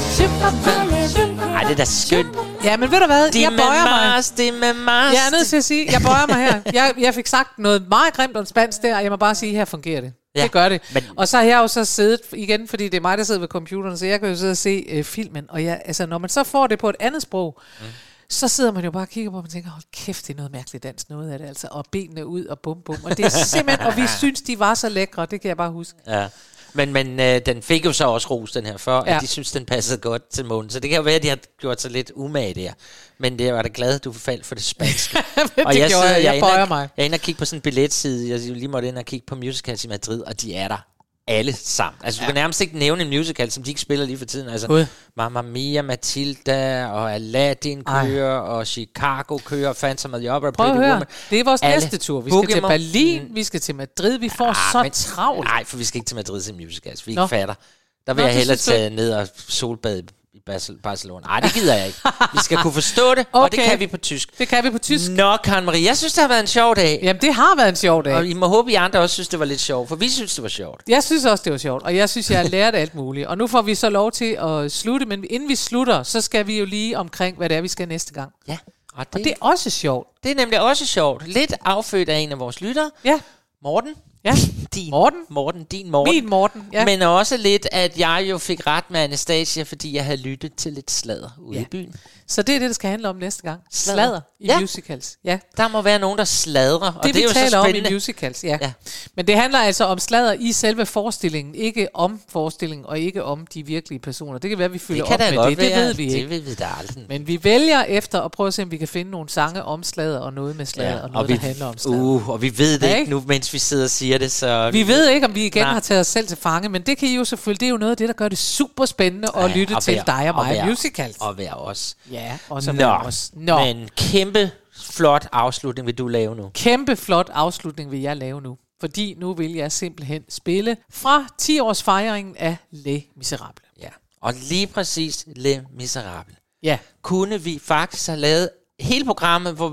Ej, det er da skønt. Ja, men ved du hvad? Jeg bøjer mig. Jeg er nødt til at sige, jeg bøjer mig her. Jeg fik sagt noget meget grimt om spansk der, og jeg må bare sige, her fungerer det. Ja, det gør det. Men og så har jeg jo så siddet igen, fordi det er mig, der sidder ved computeren, så jeg kan jo sidde og se filmen. Og altså, når man så får det på et andet sprog, så sidder man jo bare og kigger på, og man tænker, hold kæft, det er noget mærkeligt dansk, noget af det, altså. Og benene ud og bum bum. Og det er simpelthen, og vi synes, de var så lækre, det kan jeg bare huske. Ja. Men den fik jo så også ros, den her, for at de synes, den passede godt til munden. Så det kan jo være, at de har gjort sig lidt umage der. Men det var da glad, at du faldt for det spanske. Og det gjorde jeg bøjer mig. Jeg er inde og kigge på sådan en billetside. Jeg lige måtte ind og kigge på musicals i Madrid, og de er der alle sammen. Altså, du kan nærmest ikke nævne en musical, som de ikke spiller lige for tiden. Altså, Mamma Mia, Matilda, og Aladdin kører, og Chicago kører, Phantom of the Opera, Pretty Woman. Det er vores næste tur. Vi skal til Berlin, vi skal til Madrid, vi får travlt. Nej, for vi skal ikke til Madrid til musicals. Vi ikke fatter. Der vil jeg hellere tage ned og solbade i Barcelona. Nej, det gider jeg ikke. Vi skal kunne forstå det, og det kan vi på tysk. Det kan vi på tysk. Nå, Karen Marie, jeg synes, det har været en sjov dag. Jamen, det har været en sjov dag. Og I må håbe, I andre også synes, det var lidt sjovt, for vi synes, det var sjovt. Jeg synes også, det var sjovt, og jeg synes, jeg har lært alt muligt. Og nu får vi så lov til at slutte, men inden vi slutter, så skal vi jo lige omkring, hvad det er, vi skal næste gang. Ja. Og det er også sjovt. Det er nemlig også sjovt. Lidt affødt af en af vores lyttere. Ja. Morten. Ja, din Morten. Din Morten. Min Morten, ja. Men også lidt, at jeg jo fik ret med Anastasia, fordi jeg havde lyttet til lidt sladder ude i byen. Så det er det, der skal handle om næste gang. Sladder i musicals. Ja. Der må være nogen, der sladrer, og det er jo så spændende. spændende. Om i musicals, ja. Men det handler altså om sladder i selve forestillingen, ikke om forestillingen, og ikke om de virkelige personer. Det kan være, vi fylder op med det. Det ved vi ikke. Det ved vi da aldrig. Men vi vælger efter at prøve at se, om vi kan finde nogle sange om sladder, og noget med sladder, og noget, der handler om sladder. Og vi ved det ikke nu, mens vi sidder og siger det. Så vi ved ikke, om vi igen har taget os selv til fange, men det kan I jo selvfølgelig, det er jo noget af det, der gør det super spændende at lytte til dig og mig musicals. Og være os. Ja, også være os. Men kæmpe flot afslutning vil du lave nu. Kæmpe flot afslutning vil jeg lave nu. Fordi nu vil jeg simpelthen spille fra 10-års fejringen af Les Misérables. Ja, og lige præcis Les Misérables. Ja. Kunne vi faktisk have lavet hele programmet, hvor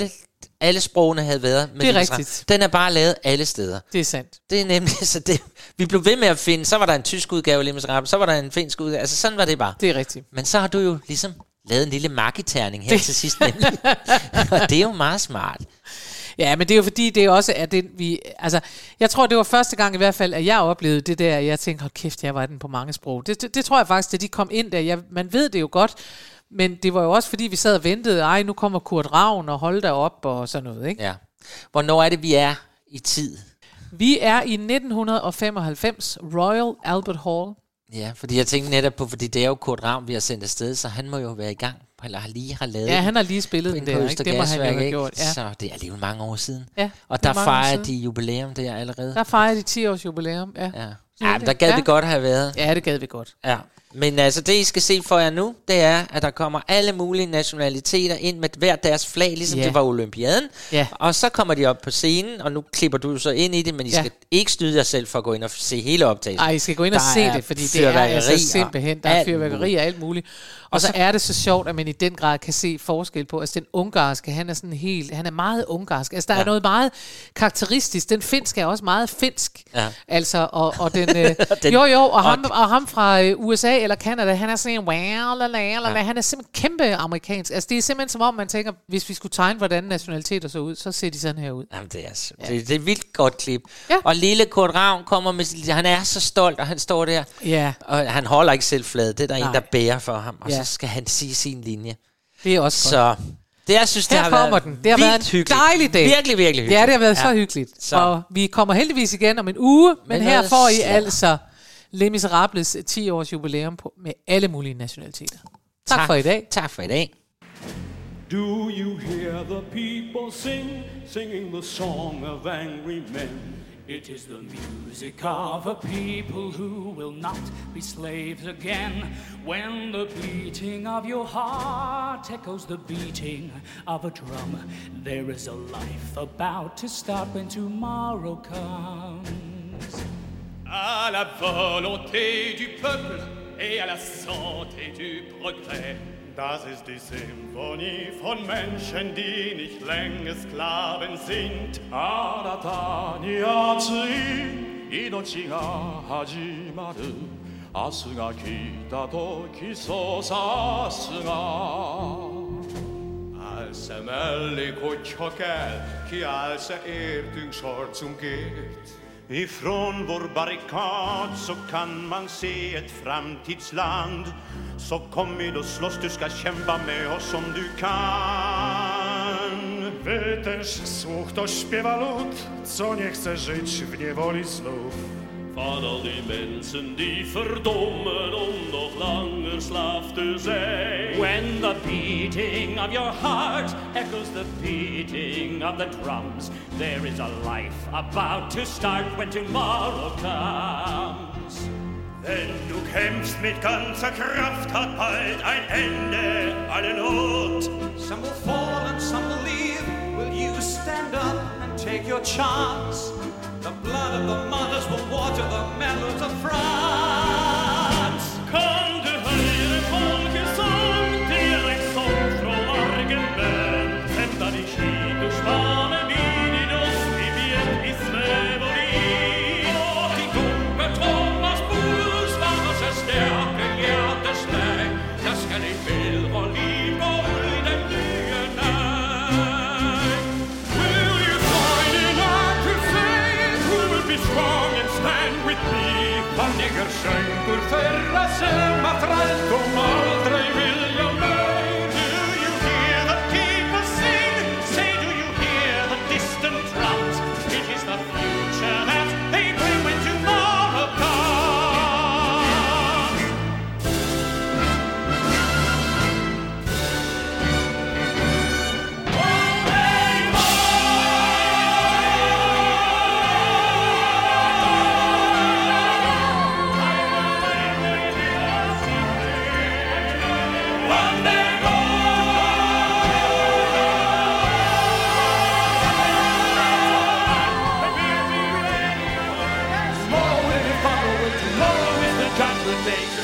alle sprogene havde været med. Det er rigtigt. Den er bare lavet alle steder. Det er sandt. Det er nemlig så det. Vi blev ved med at finde. Så var der en tysk udgave af Les Misérables, så var der en finsk udgave. Altså sådan var det bare. Det er rigtigt. Men så har du jo ligesom lavet en lille marketerning her til sidst nemlig. Og det er jo meget smart. Ja, men det er jo fordi, det også er det, vi... Altså, jeg tror, det var første gang i hvert fald, at jeg oplevede det der, jeg tænkte, hold kæft, jeg var den på mange sprog. Det tror jeg faktisk, da de kom ind der. Man ved det jo godt, men det var jo også fordi, vi sad og ventede, nu kommer Kurt Ravn og hold der op og sådan noget, ikke? Ja. Hvornår er det, vi er i tid? Vi er i 1995, Royal Albert Hall. Ja, fordi jeg tænkte netop på, fordi det er jo Kurt Ravn, vi har sendt afsted, så han må jo være i gang, eller lige har lavet. Ja, han har lige spillet den der, ikke? Det må han jo have gjort. Ja. Så det er alligevel mange år siden. Ja, og der fejrer de jubilæum der allerede. Der fejrer de 10 års jubilæum, ja. Ja, men der gad vi godt have været. Ja, det gad vi godt. Ja. Men altså det I skal se for jer nu, det er at der kommer alle mulige nationaliteter ind med hver deres flag, ligesom det var olympiaden. Og så kommer de op på scenen, og nu klipper du så ind i det, men I skal ikke snyde jer selv for at gå ind og se hele optagelsen. Nej, I skal gå ind og se det, fordi det er altså simpelthen, der er fyrværkeri og alt muligt. Og så er det så sjovt, at man i den grad kan se forskel på, altså den ungarske, han er sådan helt, han er meget ungarsk. Altså der er noget meget karakteristisk. Den finske er også meget finsk. Ja. Altså, og den, og ham fra USA eller Canada, han er sådan en, han er simpelthen kæmpe amerikansk. Altså det er simpelthen som om, man tænker, hvis vi skulle tegne, hvordan nationaliteter så ud, så ser de sådan her ud. Jamen det er det er et vildt godt klip. Ja. Og lille Kurt Ravn kommer med, han er så stolt, og han står der, og han holder ikke selv flad. Det er der en, der bærer for ham, og så skal han sige sin linje. Det er også så godt. Det, jeg synes, det har været den. Det har været en dejlig dag. Virkelig, virkelig hyggeligt. Ja, det har været så hyggeligt. Så. Og vi kommer heldigvis igen om en uge, men her får I altså Les Misérables 10 års jubilæum med alle mulige nationaliteter. Tak for i dag. Tak for i dag. Do you hear the people singing the song of angry men? It is the music of a people who will not be slaves again. When the beating of your heart echoes the beating of a drum, there is a life about to start when tomorrow comes. À la volonté du peuple et à la santé du progrès. Das ist die Symphonie von Menschen, die nicht länger Sklaven sind. あなたに熱い命が始まる。明日が来た時そうさすが。 Als mellékot csak el, kiállsz értünk umgeht. Ifrån vår barrikad så kan man se ett framtidsland. Så kom hit och slåss, du ska kämpa med oss om du kan. Wytęż słuch, to śpiewa lud, co nie chce żyć w niewoli snów. Van al die mensen die verdommen om nog langer slaaf te zijn. When the beating of your heart echoes the beating of the drums, there is a life about to start when tomorrow comes. Wenn du kämpfst mit ganzer Kraft, hat bald ein Ende alle Not. Some will fall and some will leave. Will you stand up and take your chance? The blood of the mothers will water the melons of France. Kan du höra folkesång, det är en sång från Argenberg. Hämta dig hit och spana vid i oss, vi vet i sväveri. Och i goda Thomas bor, svannar sig stärken hjärtesväg. Jag ska dig väl ha liv och ull den nya näg. Will you find enough to say? Be strong and stand with me. Vannegar sjönkor förra sömma trält om aldrig vilja mig. Do you hear the people sing? Say, do you hear the distant drums? It is the future that they bring when tomorrow comes. Day.